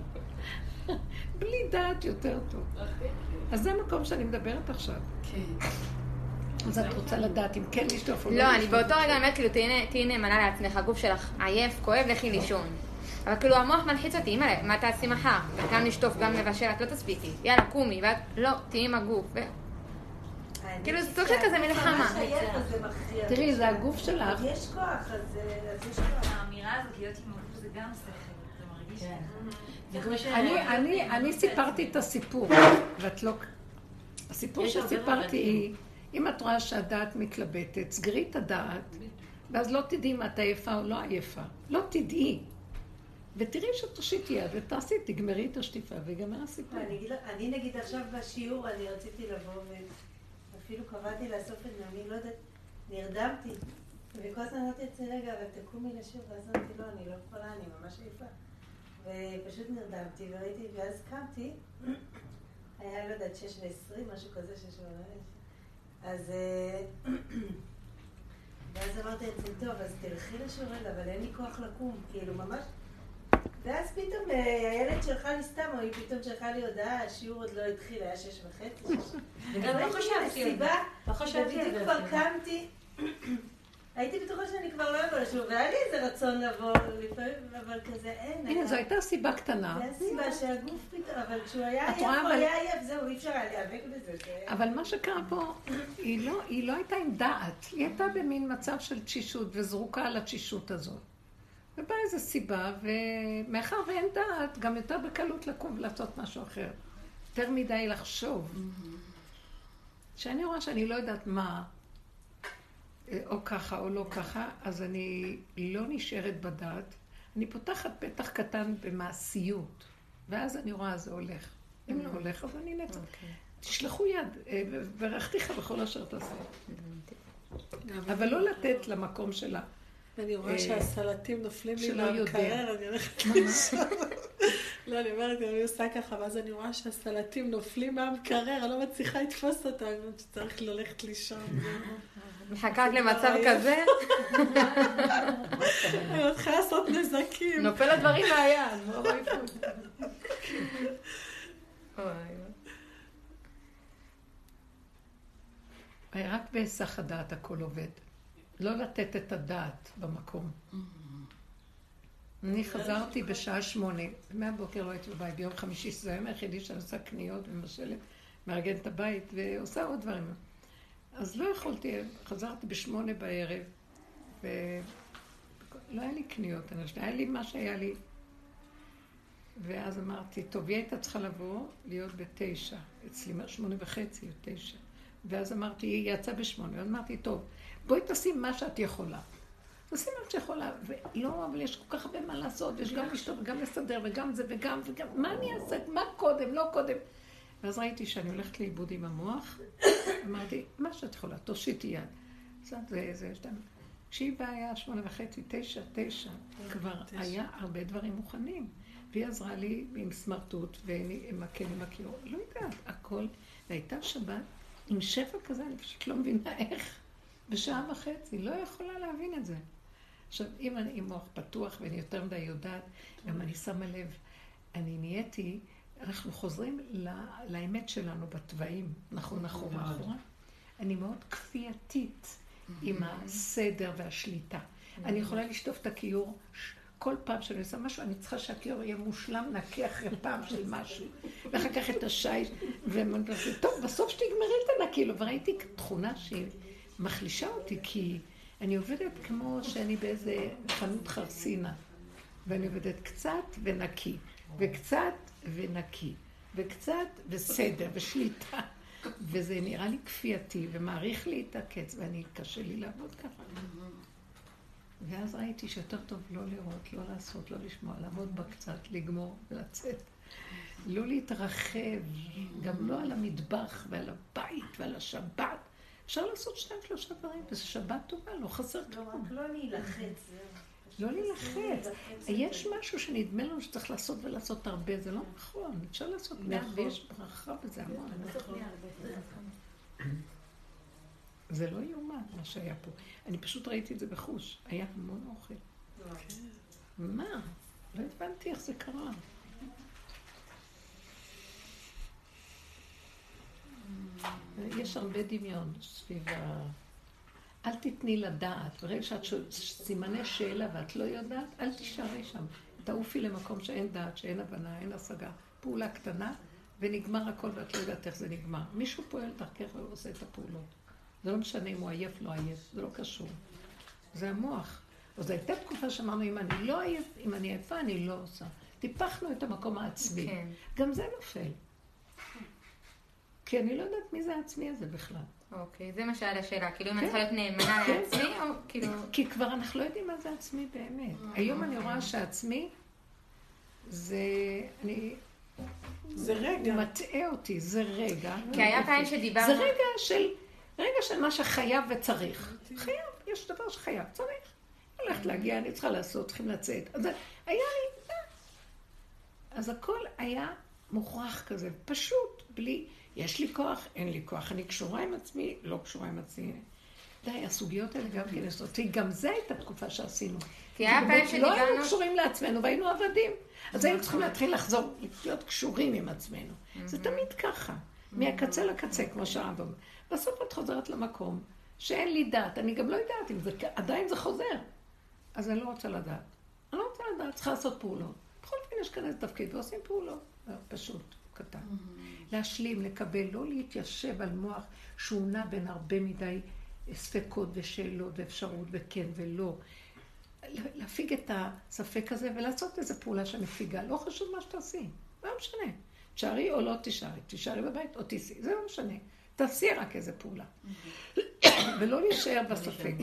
בלי דעת יותר טוב. אז זה המקום שאני מדברת עכשיו. כן. אז את רוצה לדעת אם כן לשטוף או לא? לא, אני באותו רגע אומרת, כאילו, תהיי נאמנה לעצמך, הגוף שלך עייף, כואב, לכי לישון. אבל כאילו המוח מלחיץ אותי, אמא, מה תעשי מחר? גם לשטוף, גם לבשל, את לא תספיקי. יאללה, קומי, ואת לא, תהיי עם הגוף. כאילו, זה סוג של כזה מלחמה. תראי, זה הגוף שלך. יש כוח, אז יש כוח. האמירה הזאת, להיות עם הגוף זה גם שכל. זה מרגיש... אני סיפרתי את הסיפור, ואת לא... הסיפור שסיפרתי, אם את רואה שהדעת מתלבטת, סגרי את הדעת, ואז לא תדעי אם את עייפה או לא עייפה. לא תדעי. ותראי שתושיט יד ותעשי, תגמרי את השטיפה ויגמר הסיפור. אני נגיד עכשיו בשיעור, אני רציתי לבוא ואפילו קבעתי לאסוף את זה, אני לא יודעת, נרדמתי. וכל הזמן אמרתי אצלי רגע, אבל תקומי לשיעור, ואז אמרתי לא, אני לא יכולה, אני ממש עייפה. ופשוט נרדמתי וראיתי, ואז קמתי, היה לא יודעת, שש ועשרים, משהו כזה, שש ועשרים. אז... ואז אמרתי אצלי, טוב, אז תלכי לשיעור רגע, אבל אין לי כוח לקום, כאילו ממש... ואז פתאום הילד שלחה לי סתם, או היא פתאום שלחה לי הודעה, השיעור עוד לא התחיל, היה שש וחצי. וגם לא חשבתי על זה. לא חשבתי על זה. ובדיוק כבר קמתי, הייתי בטוחה שאני כבר לא אבוא לשיעור, והיה לי איזה רצון לבוא לפעמים, אבל כזה אין. הנה, זו הייתה סיבה קטנה. זו הסיבה שהגוף פתאום, אבל כשהוא היה עייף, הוא היה עייף, זהו, אי אפשר היה להיאבק בזה. אבל מה שקרה פה, היא לא הייתה עם דעת, היא הייתה במין מצב של תשישות, וזרוקה על התשישות הזאת. ובאה איזו סיבה, ומאחר ואין דעת, גם יותר בקלות לקום ולעשות משהו אחר. יותר מדי לחשוב. שאני רואה שאני לא יודעת מה, או ככה או לא ככה, אז אני לא נשארת בדעת. אני פותחת פתח קטן במעשיות, ואז אני רואה, זה הולך. אם לא הולך, אז אני נצא. תשלחו יד, ברכתיך בכל אשר תעשה. אבל לא לתת למקום שלה. אני רואה שהסלטים נופלים לי מהמקרר, אני הולכת לישון. לא, אני אומרת, אני עושה ככה, ואז אני רואה שהסלטים נופלים מהמקרר, אני לא מצליחה לתפוס אותם, אני אומרת שצריך ללכת לישון. מחכת למצב כזה? אני מתחילה לעשות נזקים. נופל הדברים מהיד, לא רואים פה. רק בהיסח הדעת הכל עובד. לא לתת את הדעת במקום. אני חזרתי בשעה שמונה, מהבוקר לא הייתי בבית, ביום חמישי, שזה היום היחידי שאני עושה קניות ומשלת, מארגן את הבית ועושה עוד דברים. אז לא יכולתי, חזרתי בשמונה בערב, ולא היה לי קניות, היה לי מה שהיה לי. ואז אמרתי, טוב, היא הייתה צריכה לבוא, להיות בתשע, אצלי שמונה וחצי או תשע. ואז אמרתי, היא יצאה בשמונה, ואז אמרתי, טוב, בואי תשים מה שאת יכולה. תשים מה שאת יכולה, ולא, אבל יש כל כך הרבה מה לעשות, יש גם לשתות וגם לסדר וגם זה וגם וגם, מה אני אעשה? מה קודם? לא קודם. ואז ראיתי שאני הולכת לאיבוד עם המוח, אמרתי, מה שאת יכולה, תושיטי יד. זה, זה, שתם. כשהיא באה היה שמונה וחצי, תשע, תשע, כבר היה הרבה דברים מוכנים. והיא עזרה לי עם סמרטוט ועם הכן עם הכיור, לא יודעת, הכל. והייתה שבת עם שפע כזה, אני פשוט לא מבינה איך. בשעה וחצי, לא יכולה להבין את זה. עכשיו, אם אני עם מוח פתוח ואני יותר מדי יודעת, גם אני שמה לב, אני נהייתי, אנחנו חוזרים לאמת שלנו בטבעים, נכון, אחורה, אחורה. אני מאוד כפייתית עם הסדר והשליטה. אני יכולה לשטוף את הכיור, כל פעם שאני עושה משהו, אני צריכה שהכיור יהיה מושלם, נקי אחרי פעם של משהו, ואחר כך את השי, וטוב, בסוף שתגמרי את הנקי לו, וראיתי תכונה שהיא מחלישה אותי, כי אני עובדת כמו שאני באיזה חנות חרסינה, ואני עובדת קצת ונקי, וקצת ונקי, וקצת וסדר ושליטה. וזה נראה לי כפייתי, ומעריך לי את הקץ, ואני קשה לי לעבוד ככה. ואז ראיתי שיותר טוב לא לראות, לא לעשות, לא לשמוע, לעבוד בה קצת, לגמור ולצאת. לא להתרחב, גם לא על המטבח ועל הבית ועל השבת. אפשר לעשות שניים שלושה דברים, וזה שבת טובה, לא חסר כלום. רק לא להילחץ. לא להילחץ. יש משהו שנדמה לנו שצריך לעשות ולעשות הרבה, זה לא נכון. אפשר לעשות מעט ויש ברכה בזה המון. זה לא יאומן מה שהיה פה. אני פשוט ראיתי את זה בחוש. היה המון אוכל. מה? לא הבנתי איך זה קרה. יש הרבה דמיון סביב ה... אל תתני לדעת, ברגע שאת סימני שאלה ואת לא יודעת, אל תישארי שם. תעופי למקום שאין דעת, שאין הבנה, אין השגה. פעולה קטנה, ונגמר הכל ואת לא יודעת איך זה נגמר. מישהו פועל דרכך ועושה את הפעולות. זה לא משנה אם הוא עייף, לא עייף, זה לא קשור. זה המוח. אז הייתה תקופה שאמרנו, אם אני לא עייף, אם אני עייפה, אני לא עושה. טיפחנו את המקום העצמי. כן. גם זה נופל. כי אני לא יודעת מי זה העצמי הזה בכלל. אוקיי, זה מה שעד השאלה. כאילו, אם אני צריכה להיות נאמנה לעצמי, או כאילו... כי כבר אנחנו לא יודעים מה זה עצמי באמת. היום אני רואה שהעצמי זה... אני... זה רגע. הוא מטעה אותי, זה רגע. כי היה פעם שדיברנו... זה רגע של... רגע של מה שחייב וצריך. חייב, יש דבר שחייב, צריך. הולכת להגיע, אני צריכה לעשות, צריכים לצאת. אז היה לי... אז הכל היה מוכרח כזה, פשוט, בלי... יש לי כוח, אין לי כוח. אני קשורה עם עצמי, לא קשורה עם עצמי. די, הסוגיות האלה גם כן עשותי. גם זה הייתה תקופה שעשינו. כי היה פעם שדיברנו... לא היינו קשורים לעצמנו, והיינו עבדים. אז היינו צריכים להתחיל לחזור, להיות קשורים עם עצמנו. זה תמיד ככה. מהקצה לקצה, כמו שהרמב"ם. בסוף את חוזרת למקום שאין לי דעת. אני גם לא יודעת אם זה... עדיין זה חוזר. אז אני לא רוצה לדעת. אני לא רוצה לדעת, צריכה לעשות פעולות. בכל אופן יש כאן איזה תפקיד, ועושים פעולות. פשוט, קטן. להשלים, לקבל, לא להתיישב על מוח שהוא נע בין הרבה מדי ספקות ושאלות ואפשרות וכן ולא. להפיג את הספק הזה ולעשות איזו פעולה שמפיגה. לא חשוב מה שתעשי, לא משנה. תשארי או לא תשארי, תשארי בבית או תיסי, זה לא משנה. תעשי רק איזו פעולה. ולא להישאר בספק.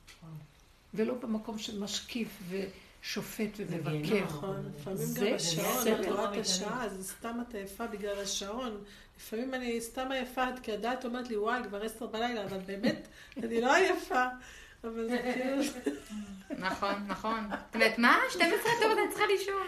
ולא במקום של משקיף ושופט ומבקר. נכון, לפעמים גם השעון, את רואה את השעה, זה סתם את עייפה בגלל השעון. לפעמים אני סתם עייפה, כי הדעת אומרת לי, וואי, כבר עשר בלילה, אבל באמת, אני לא עייפה. אבל זה כאילו... נכון, נכון. זאת אומרת, מה? שתים עשרה טוב, אני צריכה לישון.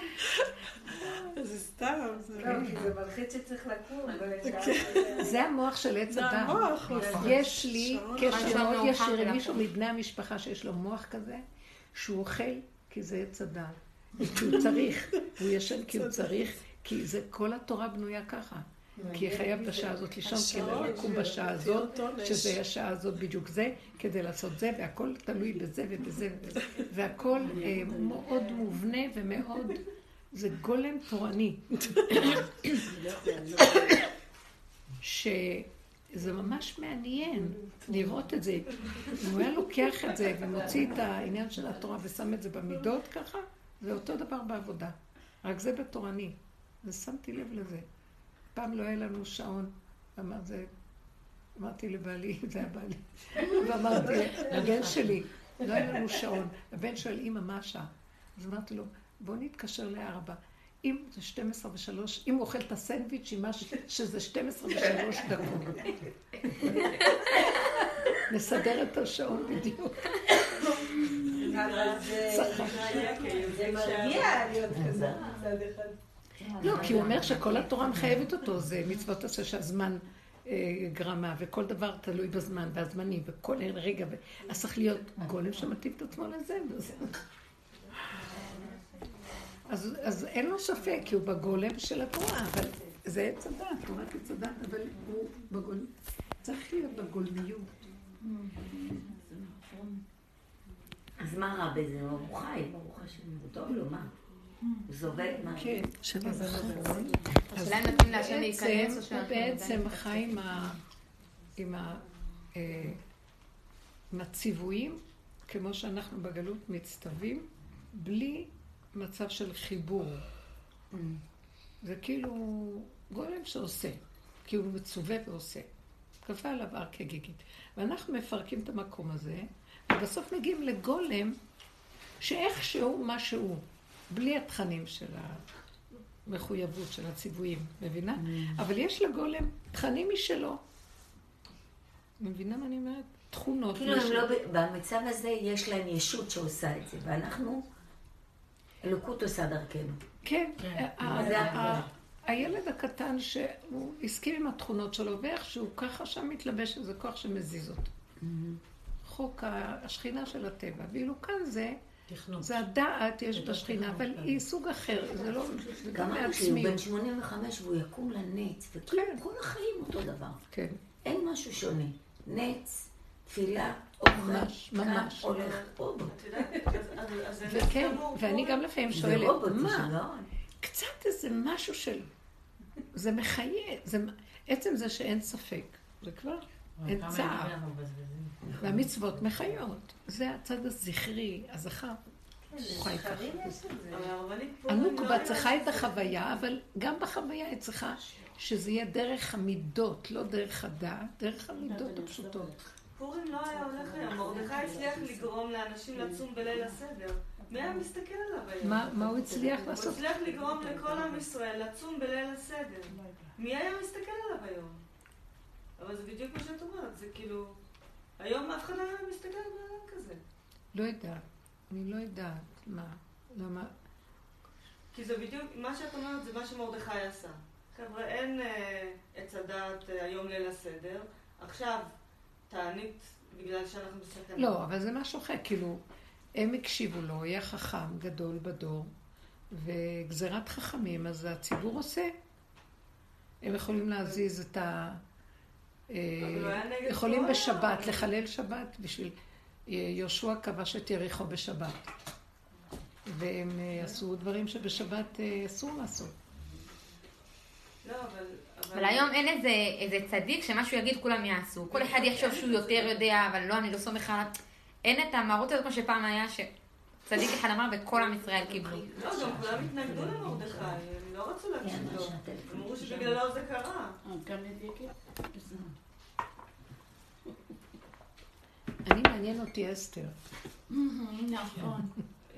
זה סתם. לא, כי זה מלחיץ שצריך לקום. זה המוח של עץ הדת. זה המוח. יש לי קשר מאוד ישיר עם מישהו מבני המשפחה שיש לו מוח כזה, שהוא אוכל כי זה עץ הדת. כי הוא צריך, הוא ישן כי הוא צריך, כי זה כל התורה בנויה ככה. כי חייב בשעה הזאת לישון, כדי לקום בשעה הזאת, שזה השעה הזאת בדיוק זה, כדי לעשות זה, והכל תלוי בזה ובזה ובזה. והכל מאוד מובנה ומאוד, זה גולם תורני. שזה ממש מעניין לראות את זה. אם הוא היה לוקח את זה ומוציא את העניין של התורה ושם את זה במידות ככה, זה אותו דבר בעבודה. רק זה בתורני. ושמתי לב לזה. פעם לא היה לנו שעון, אמר זה, אמרתי לבעלי, זה היה בעלי, ואמרתי לבן שלי, לא היה לנו שעון, הבן שואל, אמא, מה השעה? אז אמרתי לו, בוא נתקשר לארבע, אם זה שתים עשרה ושלוש, אם הוא אוכל את הסנדוויץ' שזה שתים עשרה ושלוש דקות. נסדר את השעון בדיוק. זה מרגיע להיות כזה, מצד אחד. לא, כי הוא אומר שכל התורה מחייבת אותו, זה מצוות עשה שהזמן גרמה, וכל דבר תלוי בזמן, והזמנים, וכל רגע, אז צריך להיות גולם שמתאים את עצמו לזה. אז אין לו ספק, כי הוא בגולם של התורה, אבל זה עץ הדת, תורת עץ הדת, אבל הוא בגולם, צריך להיות בגולמיות. אז מה רע בזה? הוא חי, ברוך השם, הוא טוב לו, מה? זה עובד מה? כן, השאלה אם נתאים להשם להיכנס או שאנחנו... בעצם חי עם הציוויים, כמו שאנחנו בגלות מצטווים, בלי מצב של חיבור. זה כאילו גולם שעושה, כי הוא מצווה ועושה. התקפה עליו הר כגיגית. ואנחנו מפרקים את המקום הזה, ובסוף מגיעים לגולם, שאיכשהו מה שהוא, בלי התכנים של המחויבות, של הציוויים, מבינה? Mm. אבל יש לגולם תכנים משלו. מבינה מה אני אומרת? תכונות. כאילו הם לא, במצב הזה יש להם ישות שעושה את זה, ואנחנו, אלוקות עושה דרכנו. כן, הילד הקטן שהוא הסכים עם התכונות שלו, ואיכשהו ככה שם מתלבש איזה כוח שמזיז אותו. חוק השכינה של הטבע, ואילו כאן זה, זה הדעת יש בשכינה, אבל היא סוג אחר, זה לא, זה גם מעצמי. הוא בן שמונים וחמש והוא יקום לנץ, וכאילו כל החיים אותו דבר. כן. אין משהו שונה. נץ, תפילה, אוכל, כאן הולך רובוט. וכן, ואני גם לפעמים שואלת, מה? קצת איזה משהו של... זה מחיה, עצם זה שאין ספק, זה כבר אין צער. והמצוות מחיות. זה הצד הזכרי, הזכר. הנוקבה צריכה את החוויה, אבל גם בחוויה היא צריכה שזה יהיה דרך המידות, לא דרך הדעת, דרך המידות הפשוטות. פורים לא היה הולך היום, מרדכי הצליח לגרום לאנשים לצום בליל הסדר. מי היה מסתכל עליו היום? מה הוא הצליח לעשות? הוא הצליח לגרום לכל עם ישראל לצום בליל הסדר. מי היה מסתכל עליו היום? אבל זה בדיוק מה שאת אומרת, זה כאילו... היום אף אחד לא היה מסתכל על בן כזה. לא יודעת, אני לא יודעת מה, למה... כי זה בדיוק, מה שאת אומרת זה מה שמרדכי עשה. חבר'ה, אין עץ הדעת היום ליל הסדר, עכשיו תענית בגלל שאנחנו בסכנה. לא, אבל זה משהו אחר, כאילו, הם הקשיבו לו, היה חכם גדול בדור, וגזירת חכמים, אז הציבור עושה. הם יכולים להזיז את ה... יכולים בשבת, לחלל שבת, בשביל יהושע כבש את יריחו בשבת. והם עשו דברים שבשבת אסור לעשות. לא, אבל... אבל היום אין איזה, איזה צדיק שמשהו יגיד כולם יעשו. כל אחד יחשוב שהוא יותר יודע, אבל לא, אני לא סומך עליו. אין את המהות הזאת כמו שפעם היה שצדיק אחד אמר וכל עם ישראל קיבלו. לא, גם כולם התנגדו למרדכי, הם לא רצו להקשיב לו. הם אמרו שבגללו זה קרה. אני מעניין אותי אסתר. נכון.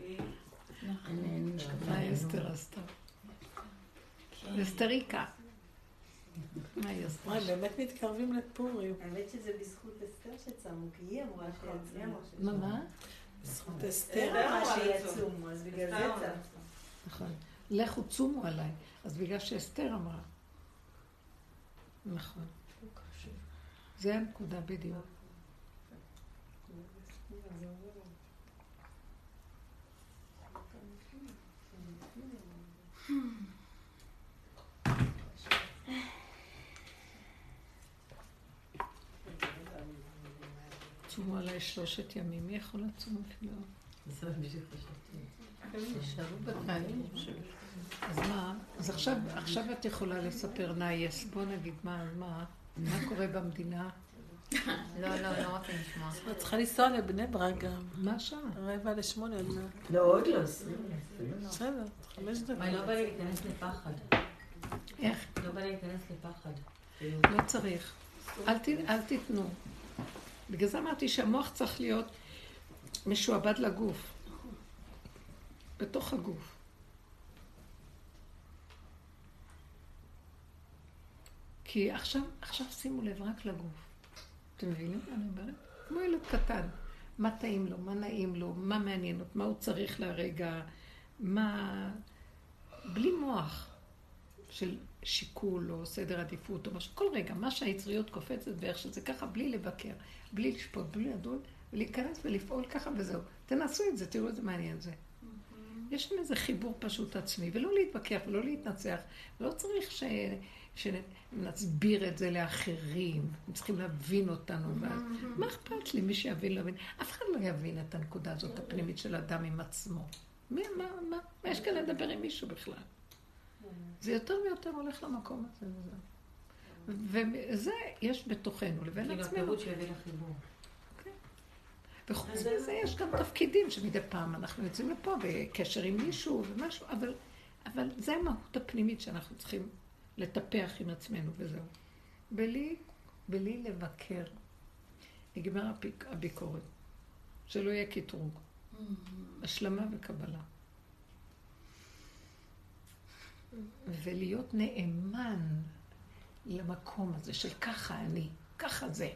מה אסתר עשתה? אסתריקה. מה היא עשתה? וואי, באמת מתקרבים לפורים. האמת שזה בזכות אסתר שצמו, כי היא אמרה שיצומו. מה, מה? בזכות אסתר. היא אמרה שיצומו, אז בגלל זה צמו. נכון. לכו צומו עליי. אז בגלל שאסתר אמרה. נכון. זה הנקודה בדיוק. צומו עליי שלושת ימים. מי יכול לצום אפילו? זה בדיוק חשבתי. הם נשארו בתנאים שלו. אז מה? אז עכשיו את יכולה לספר נאייס. בוא נגיד מה, מה? מה קורה במדינה? לא, לא, לא רוצה לשמוע. את צריכה לנסוע לבני ברק גם. מה שם? רבע לשמונה עוד מעט. לא, עוד לא. בסדר, חמש דקות. מה, לא בא לי להיכנס לפחד. איך? לא בא לי להיכנס לפחד. לא צריך. אל תיתנו. בגלל זה אמרתי שהמוח צריך להיות משועבד לגוף. בתוך הגוף. כי עכשיו, עכשיו שימו לב רק לגוף. אתם מבינים מה אני אומרת? כמו ילד קטן. מה טעים לו, מה נעים לו, מה מעניין אותו, מה הוא צריך לרגע, מה... בלי מוח של שיקול או סדר עדיפות או משהו. כל רגע, מה שהיצריות קופצת ואיך שזה ככה, בלי לבקר, בלי לשפוט, בלי לדון, ולהיכנס ולפעול ככה וזהו. תנסו את זה, תראו איזה מעניין זה. יש שם איזה חיבור פשוט עצמי, ולא להתווכח ולא להתנצח. לא צריך ש... שנסביר את זה לאחרים, הם צריכים להבין אותנו. ואז... מה אכפת לי? מי שיבין להבין? אף אחד לא יבין את הנקודה הזאת הפנימית של אדם עם עצמו. מי, מה, מה? מה יש כאן לדבר עם מישהו בכלל? זה יותר ויותר הולך למקום הזה וזה. וזה יש בתוכנו, לבין עצמנו. כאילו הפירוט שהביא לחיבור. וחוץ מזה יש גם תפקידים שמדי פעם אנחנו יוצאים לפה בקשר עם מישהו ומשהו, אבל, אבל זה המהות הפנימית שאנחנו צריכים לטפח עם עצמנו וזהו. בלי בלי לבקר. נגמר הביקורת. שלא יהיה קטרוג. השלמה וקבלה. ולהיות נאמן למקום הזה של ככה אני, ככה זה.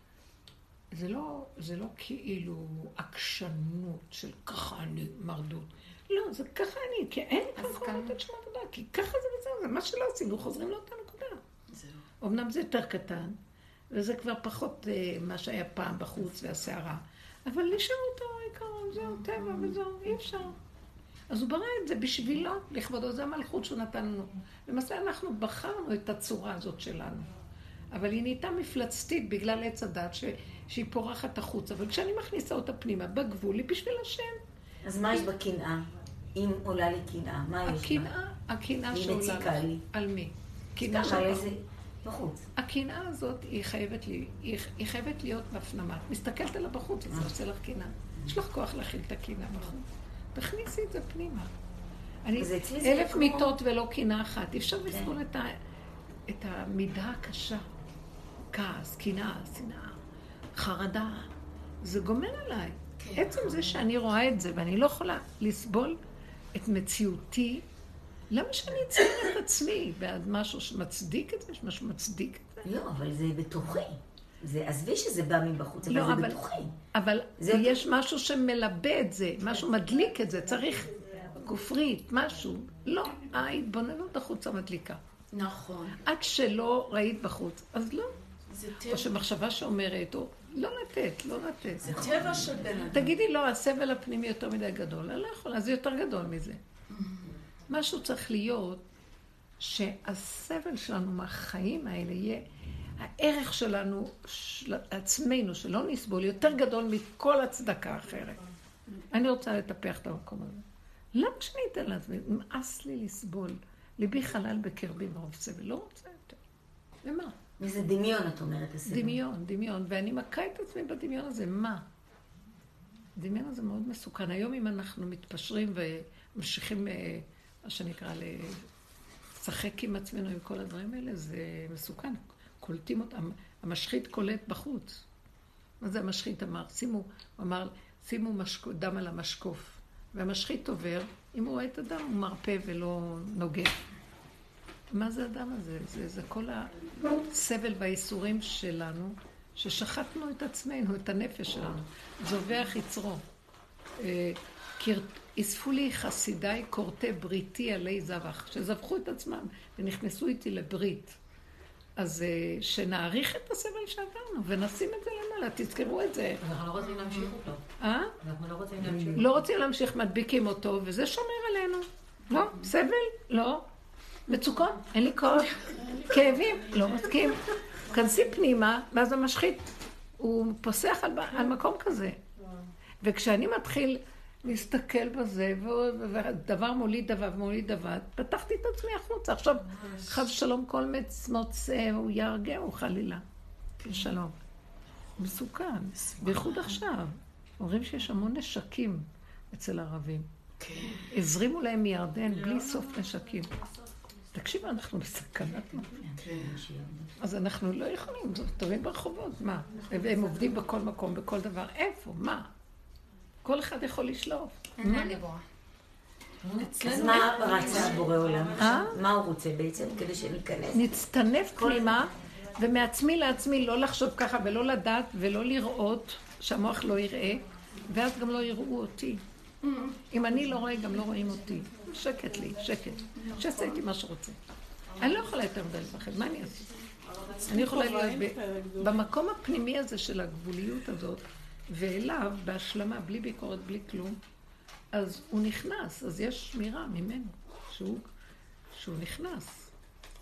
זה לא, זה לא כאילו עקשנות של ככה אני, מרדות. לא, זה ככה אני, כי אין לי ככה לתת שום עבודה, כי ככה זה וזהו, זה מה שלא עשינו, חוזרים לאותה נקודה. אמנם זה יותר קטן, וזה כבר פחות uh, מה שהיה פעם בחוץ והסערה, אבל נשאר אותו העיקרון, זהו, טבע וזהו, אי אפשר. אז הוא ברא את זה בשבילו, לכבודו, זה המלכות שהוא נתן לנו. למעשה אנחנו בחרנו את הצורה הזאת שלנו. אבל היא נהייתה מפלצתית בגלל עץ הדת ש... שהיא פורחת החוץ. אבל כשאני מכניסה אותה פנימה, בגבול, היא בשביל השם. אז מה יש בקנאה? אם עולה לי קנאה, מה יש בה? הקנאה, הקנאה שעולה... היא מציקה לי. על מי? קנאה על איזה... בחוץ. הקנאה הזאת היא חייבת, לי, היא, היא חייבת להיות בהפנמה. מסתכלת עליה בחוץ, אז זה עושה לך קנאה. יש לך כוח להכיל את הקנאה בחוץ. תכניסי את זה פנימה. אני אלף מיטות ולא קנאה אחת. אפשר לסבול את, ה, את המידה הקשה. כעס, קנאה, שנאה, חרדה. זה גומר עליי. עצם זה שאני רואה את זה ואני לא יכולה לסבול את מציאותי, למה שאני אצייר את עצמי בעד משהו שמצדיק את זה? יש משהו מצדיק את זה? לא, אבל זה בתוכי. זה, עזבי שזה בא מבחוץ, אבל לא, זה אבל, בתוכי. אבל זה יש אותו... משהו שמלבה את זה, משהו מדליק את זה, צריך גופרית, משהו. לא, ההתבוננות החוצה מדליקה. נכון. עד שלא ראית בחוץ, אז לא. או שמחשבה שאומרת, או לא לתת, לא לתת. זה טבע של בן אדם. תגידי, לא, הסבל הפנימי יותר מדי גדול. אני לא יכולה, זה יותר גדול מזה. משהו צריך להיות שהסבל שלנו מהחיים האלה יהיה, הערך שלנו, של עצמנו, שלא נסבול, יותר גדול מכל הצדקה אחרת. אני רוצה לטפח את המקום הזה. למה שאני אתן לעצמי? נמאס לי לסבול. ליבי חלל בקרבי מרוב סבל. לא רוצה יותר. ומה? וזה דמיון, את אומרת, הסבל. דמיון, דמיון. ואני מכה את עצמי בדמיון הזה. מה? הדמיון הזה מאוד מסוכן. היום אם אנחנו מתפשרים וממשיכים, מה שנקרא, לשחק עם עצמנו עם כל הדברים האלה, זה מסוכן. קולטים אותם. המשחית קולט בחוץ. מה זה המשחית אמר? שימו, הוא אמר, שימו משקו, דם על המשקוף. והמשחית עובר, אם הוא רואה את הדם, הוא מרפא ולא נוגע. מה זה הדם הזה? זה, זה כל הסבל והאיסורים שלנו, ששחטנו את עצמנו, את הנפש שלנו. זובח יצרו. אספו לי חסידיי קורתי בריתי עלי זבח, שזבחו את עצמם ונכנסו איתי לברית. אז שנעריך את הסבל שעברנו ונשים את זה למעלה, תזכרו את זה. אנחנו לא רוצים להמשיך אותו. אה? אנחנו לא רוצים להמשיך אותו. לא רוצים להמשיך, מדביקים אותו, וזה שומר עלינו. לא? סבל? לא. מצוקות? אין לי כוח. כאבים? לא מסכים. כנסי פנימה, ואז המשחית, הוא פוסח על, על מקום כזה. וכשאני מתחיל להסתכל בזה, ודבר מוליד דבר ומוליד דבר, פתחתי את עצמי החוצה. עכשיו, חס שלום כל מוצא, הוא ירגעו חלילה. שלום. מסוכן. בייחוד עכשיו. אומרים שיש המון נשקים אצל הערבים. הזרימו להם מירדן בלי סוף נשקים. תקשיבו, אנחנו בסכנת. אז אנחנו לא יכולים, טובים ברחובות, מה? הם עובדים בכל מקום, בכל דבר. איפה? מה? כל אחד יכול לשלוף. מה לבוא? אז מה רצה בורא עולם? מה הוא רוצה בעצם כדי שניכנס? נצטנף פנימה, ומעצמי לעצמי לא לחשוב ככה ולא לדעת ולא לראות, שהמוח לא יראה, ואז גם לא יראו אותי. אם אני לא רואה, גם לא רואים אותי. שקט לי, שקט. שעשה איתי מה שרוצה. אני לא יכולה יותר מדי לפחד, מה אני אעשה? אני יכולה להיות במקום הפנימי הזה של הגבוליות הזאת, ואליו, בהשלמה, בלי ביקורת, בלי כלום, אז הוא נכנס, אז יש שמירה ממנו, שהוא, שהוא נכנס.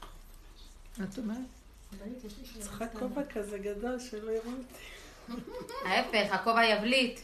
מה את אומרת? צריכה כובע כזה גדול שלא יראו אותי. ההפך, הכובע יבליט.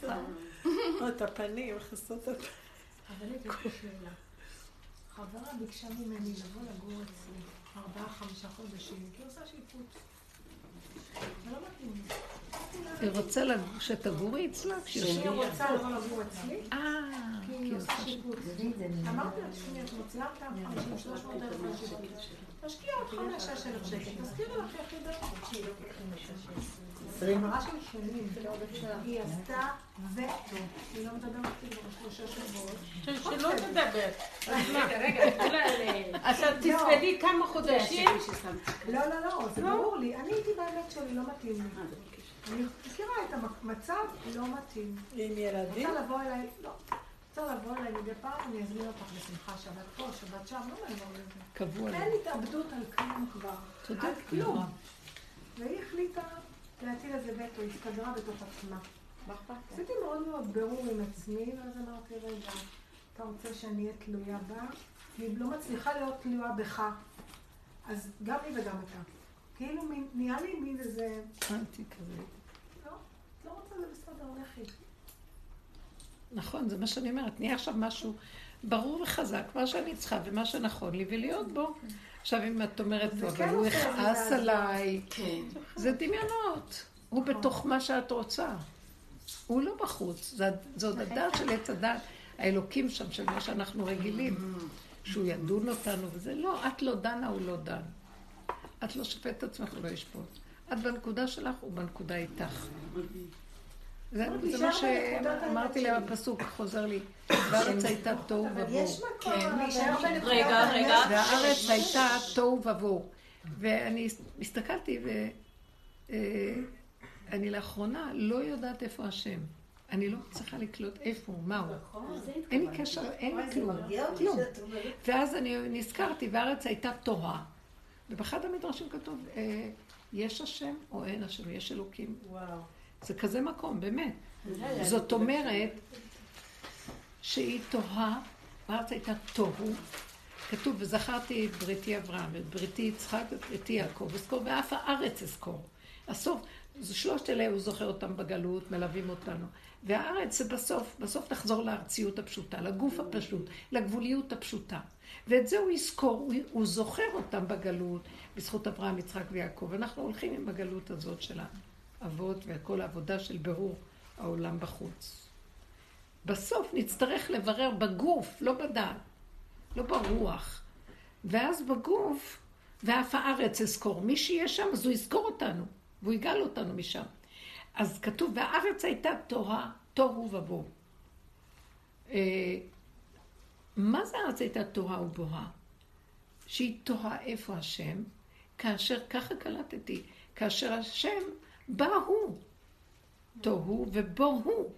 או את הפנים, חסות את הפנים. אבל יש לי שאלה. חברה ביקשה ממני לבוא לגור אצלי ארבעה, חמישה חודשים, כי עושה שיפוץ. זה לא מתאים לי. היא רוצה שתגורי אצלה? שהיא רוצה לבוא לגור אצלי? אה, אני עושה שיפוט. אמרתי לה, תשמעי, את מוציאה אותם חמישים שלוש מאות אלף חמישים. תשקיע עוד חמש שש אלף שקל, תזכירי לך איך ידעת. חברה של שנים, היא עשתה וטו. היא לא מדברת איתי כבר שלושה שבועות. שלא תדבר. רגע, רגע, אז תספדי כמה חודשים. לא, לא, לא, זה ברור לי. אני הייתי באמת שלי, לא מתאים לי. אני מכירה את המצב, לא מתאים. עם ילדים? רוצה לבוא אליי, לא. רוצה לבוא אליי מדי פעם, אני אזמין אותך לשמחה, שבת פה, שבת שם, לא מעבר לזה. קבוע לי. אין התאבדות על כלום כבר. על כלום. והיא החליטה להטיל איזה וטו, הסתגרה בתוך עצמה. עשיתי מאוד מאוד ברור עם עצמי, ואז אמרתי, רגע, אתה רוצה שאני אהיה תלויה בה? והיא לא מצליחה להיות תלויה בך. אז גם לי וגם אתה. כאילו נהיה לי מין איזה... אנטי כזה. לא, לא רוצה זה בסדר, הולכי. נכון, זה מה שאני אומרת. נהיה עכשיו משהו ברור וחזק, מה שאני צריכה ומה שנכון לי, ולהיות בו. עכשיו, אם את אומרת, אבל הוא יכעס עליי, זה דמיונות. הוא בתוך מה שאת רוצה. הוא לא בחוץ. זו עוד הדעת של עץ הדעת, האלוקים שם, של מה שאנחנו רגילים. שהוא ידון אותנו, וזה לא, את לא דנה, הוא לא דן. את לא שופט את עצמך, הוא לא ישפוט. את בנקודה שלך, הוא בנקודה איתך. זה מה שאמרתי להם, הפסוק חוזר לי, והארץ הייתה תוהו ובוהו. כן, רגע, רגע. והארץ הייתה תוהו ובוהו. ואני הסתכלתי, ואני לאחרונה לא יודעת איפה השם. אני לא צריכה לקלוט איפה, מהו. אין לי קשר, אין לי כלום. כלום. ואז אני נזכרתי, והארץ הייתה תוהה. ובאחד המדרשים כתוב, יש השם או אין השם, יש אלוקים. זה כזה מקום, באמת. זאת אומרת שהיא תוהה, הארץ הייתה תוהו. כתוב, וזכרתי את בריתי אברהם, את בריתי יצחק, את בריתי יעקב, אזכור, ואף הארץ אזכור. הסוף, זה שלושת אלה, הוא זוכר אותם בגלות, מלווים אותנו. והארץ זה בסוף, בסוף נחזור לארציות הפשוטה, לגוף הפשוט, לגבוליות הפשוטה. ואת זה הוא יזכור, הוא, הוא זוכר אותם בגלות, בזכות אברהם, יצחק ויעקב. אנחנו הולכים עם הגלות הזאת של האבות וכל העבודה של ברור העולם בחוץ. בסוף נצטרך לברר בגוף, לא בדעת, לא ברוח. ואז בגוף, ואף הארץ אזכור. מי שיש שם, אז הוא יזכור אותנו, והוא יגאל אותנו משם. אז כתוב, והארץ הייתה תוהה, תוהו ובוהו. מה זה הארץ הייתה תוהה ובוהה? שהיא תוהה איפה השם, כאשר, ככה קלטתי, כאשר השם בא הוא, תוהו ובו הוא.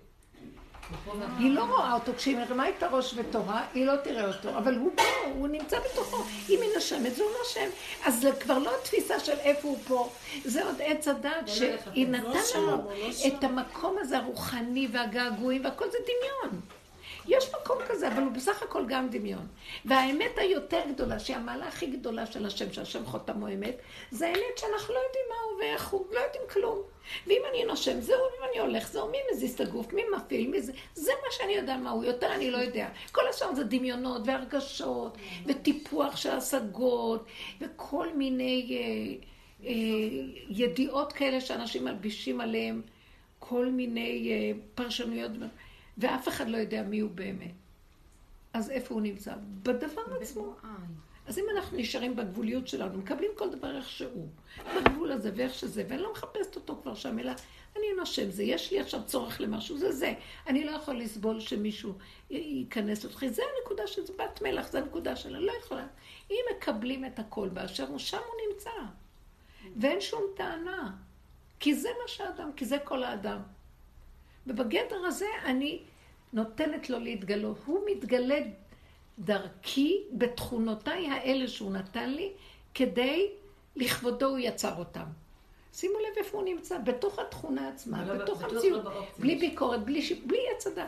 היא לא רואה אותו, כשהיא מרמה את הראש ותוהה, היא לא תראה אותו, אבל הוא פה, הוא נמצא בתוכו, היא מנשמת, זה הוא נשם. אז זה כבר לא התפיסה של איפה הוא פה, זה עוד עץ הדעת שהיא נתנה לנו את המקום הזה הרוחני והגעגועים, והכל זה דמיון. יש מקום כזה, אבל הוא בסך הכל גם דמיון. והאמת היותר גדולה, שהיא המעלה הכי גדולה של השם, שהשם חותמו אמת, זה האמת שאנחנו לא יודעים מה הוא ואיך הוא, לא יודעים כלום. ואם אני נושם, זהו, אם אני הולך, זהו, מי מזיז את הגוף, מי מפעיל, מי זה, זה מה שאני יודע מה הוא, יותר אני לא יודע. כל השאר זה דמיונות והרגשות, וטיפוח של השגות, וכל מיני אה, אה, ידיעות כאלה שאנשים מלבישים עליהם, כל מיני אה, פרשנויות, ואף אחד לא יודע מי הוא באמת. אז איפה הוא נמצא? בדבר עצמו. אז אם אנחנו נשארים בגבוליות שלנו, מקבלים כל דבר איך שהוא, בגבול הזה ואיך שזה, ואני לא מחפשת אותו כבר שם, אלא אני נושם זה, יש לי עכשיו צורך למשהו, זה זה. אני לא יכול לסבול שמישהו ייכנס לתוכי, זה הנקודה של זה, בת מלח, זה הנקודה שלה, לא יכולה. אם מקבלים את הכל באשר הוא, שם הוא נמצא. ואין שום טענה. כי זה מה שהאדם, כי זה כל האדם. ובגדר הזה אני נותנת לו להתגלות. הוא מתגלה דרכי בתכונותיי האלה שהוא נתן לי, כדי לכבודו הוא יצר אותם. שימו לב איפה הוא נמצא, בתוך התכונה עצמה, בתוך המציאות, בלי ביקורת, בלי, בלי עץ הדת.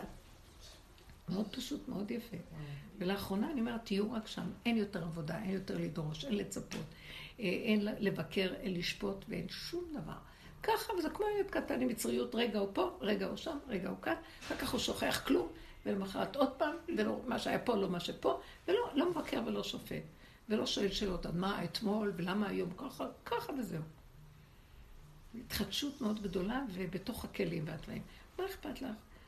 מאוד פשוט, מאוד יפה. ולאחרונה אני אומרת, תהיו רק שם, אין יותר עבודה, אין יותר לדרוש, אין לצפות, אין לבקר, אין לשפוט ואין שום דבר. ככה, וזה כמו ילד קטן עם יצריות, רגע הוא פה, רגע הוא שם, רגע הוא כאן, אחר כך הוא שוכח כלום, ולמחרת עוד פעם, ולא מה שהיה פה, לא מה שפה, ולא לא מבקר ולא שופט, ולא שואל שאלות, מה אתמול ולמה היום, ככה, ככה וזהו. התחדשות מאוד גדולה, ובתוך הכלים והתוואים. מה אכפת לך?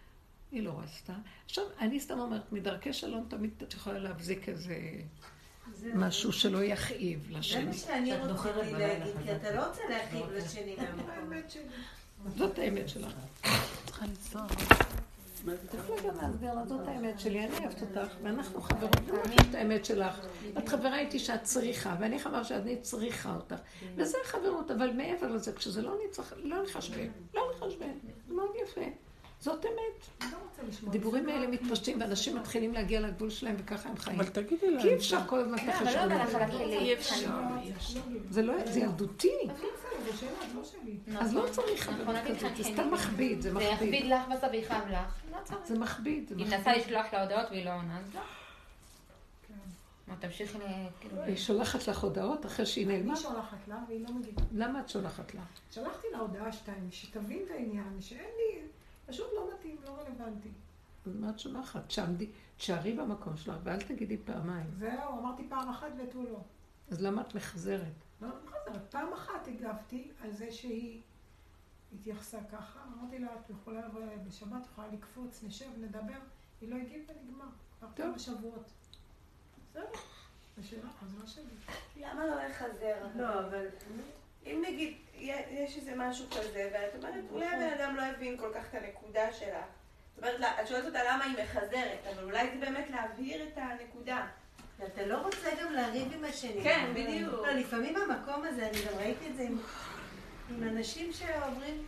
היא לא רצתה. עכשיו, אני סתם אומרת, מדרכי שלום תמיד את יכולה להבזיק איזה משהו שלא יכאיב לשני. זה מה שאני רציתי להגיד, כי אתה לא רוצה להכאיב לשני מהמקום. זאת האמת שלך. צריכה לנסוע. תוכלי גם להסביר לה, זאת האמת שלי, אני אוהבת אותך, ואנחנו חברות, לא את האמת שלך. את חברה איתי שאת צריכה, ואני חבר שאני צריכה אותך. וזה חברות, אבל מעבר לזה, כשזה לא נצטרך, לא נחשבן, לא נחשבן, זה מאוד יפה. זאת אמת. הדיבורים האלה מתפשטים, ואנשים מתחילים להגיע לגבול שלהם, וככה הם חיים. אבל תגידי לה. כי אפשר כל הזמן ככה אבל לא אומר לך להגיד אי אפשר. זה לא, זה ילדותי. זה שאלה, לא שלי. אז לא צריך חברות כזאת, זה סתם מכביד, זה זה מכביד. יכביד לך בסוף ויכאב לך. לא צריך. זה מכביד, זה אם מכביד. נסה לשלוח לה הודעות והיא לא עונה, אז לא. מה, תמשיכי כאילו... היא שולחת לך הודעות אחרי שהיא נעלמה? אני שולחת לה והיא לא מגיבה. למה את שולחת לה? שלחתי לה הודעה שתיים, שתבין את העניין, שאין לי, פשוט לא מתאים, לא רלוונטי. אז מה את שולחת? תשארי במקום שלך ואל תגידי פעמיים. זהו, אמרתי פעם אחת ותו לא. אז למה את מחזרת? לא, לא מחזרת. פעם אחת הגבתי על זה שהיא התייחסה ככה. אמרתי לה, את יכולה לבוא בשבת, יכולה לקפוץ, נשב, נדבר. היא לא הגיבה ונגמר. כבר כמה שבועות. זהו. זה שלך, אז מה שלי. למה לא לחזר? לא, אבל... אם נגיד, יש איזה משהו כזה, ואת אומרת, אולי הבן אדם לא הבין כל כך את הנקודה שלה. זאת אומרת, את שואלת אותה למה היא מחזרת, אבל אולי זה באמת להבהיר את הנקודה. אתה לא רוצה גם לריב עם השני. כן, בדיוק. לא, לפעמים במקום הזה, אני גם ראיתי את זה עם, עם אנשים שעוברים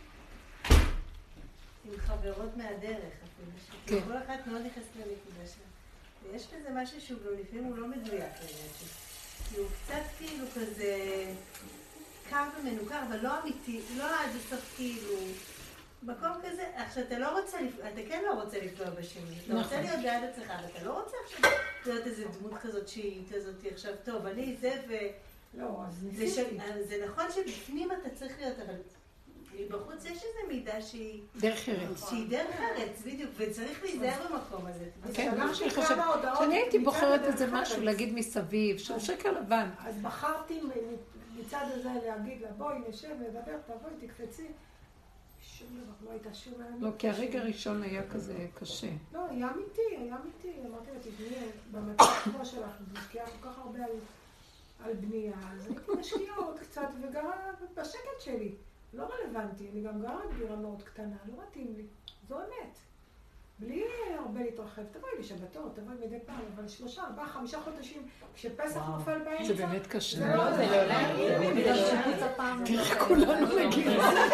עם חברות מהדרך, אפילו. כן. כל אחת מאוד נכנסת לנקודה שלה. ויש בזה משהו שהוא גם לפעמים הוא לא מדויק לדעתי. כי הוא קצת כאילו כזה קר ומנוכר, אבל לא אמיתי, לא עד הסוף כאילו... מקום כזה, עכשיו אתה לא רוצה, אתה כן לא רוצה לפגוע בשני, אתה רוצה להיות ליד עצמך, אבל אתה לא רוצה עכשיו להיות איזו דמות כזאת שהיא כזאת עכשיו, טוב, אני זה ו... לא, אז ניסיתי. זה נכון שבפנים אתה צריך להיות, אבל בחוץ יש איזו מידה שהיא... דרך ארץ. שהיא דרך ארץ, בדיוק, וצריך להיזהר במקום הזה. כן, מה שאני חושבת, שאני הייתי בוחרת איזה משהו להגיד מסביב, שהוא שקר לבן. אז בחרתי מצד הזה להגיד לה, בואי נשב, נדבר, תבואי, תקפצי. שום דבר, לא הייתה שום האמת. לא, כי הרגע הראשון היה כזה קשה. לא, היה אמיתי, היה אמיתי. אמרתי לה, תבנייה, במצב כמו שלך, משקיעה כל כך הרבה על בנייה, אז הייתי משקיעה עוד קצת, וגם בשקט שלי. לא רלוונטי, אני גם גרה בדירה מאוד קטנה, לא מתאים לי. זו אמת. בלי הרבה להתרחב, תבואי לי שבתות, תבואי מדי פעם, אבל שלושה, ארבעה, חמישה חודשים, כשפסח נופל באמצע... זה באמת קשה. זה לא, זה לא, תראה, כולנו נגיד.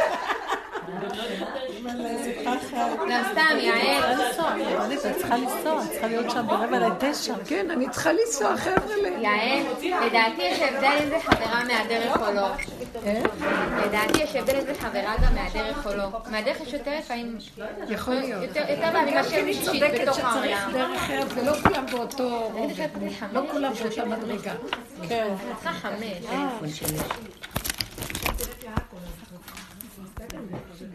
גם סתם, יעל. אני צריכה לנסוע, צריכה להיות שם ברבע לתשע. כן, אני צריכה לנסוע, חבר'ה. יעל, לדעתי יש הבדל אם זה חברה מהדרך או לא. לדעתי יש הבדל אם זה חברה גם מהדרך או לא. מהדרך יש יותר לפעמים... יכול להיות. יותר בעלים השם אישית בתוך העולם. דרך ארץ, ולא כולם באותו... לא כולם באותה מדרגה. כן. צריכה חמש.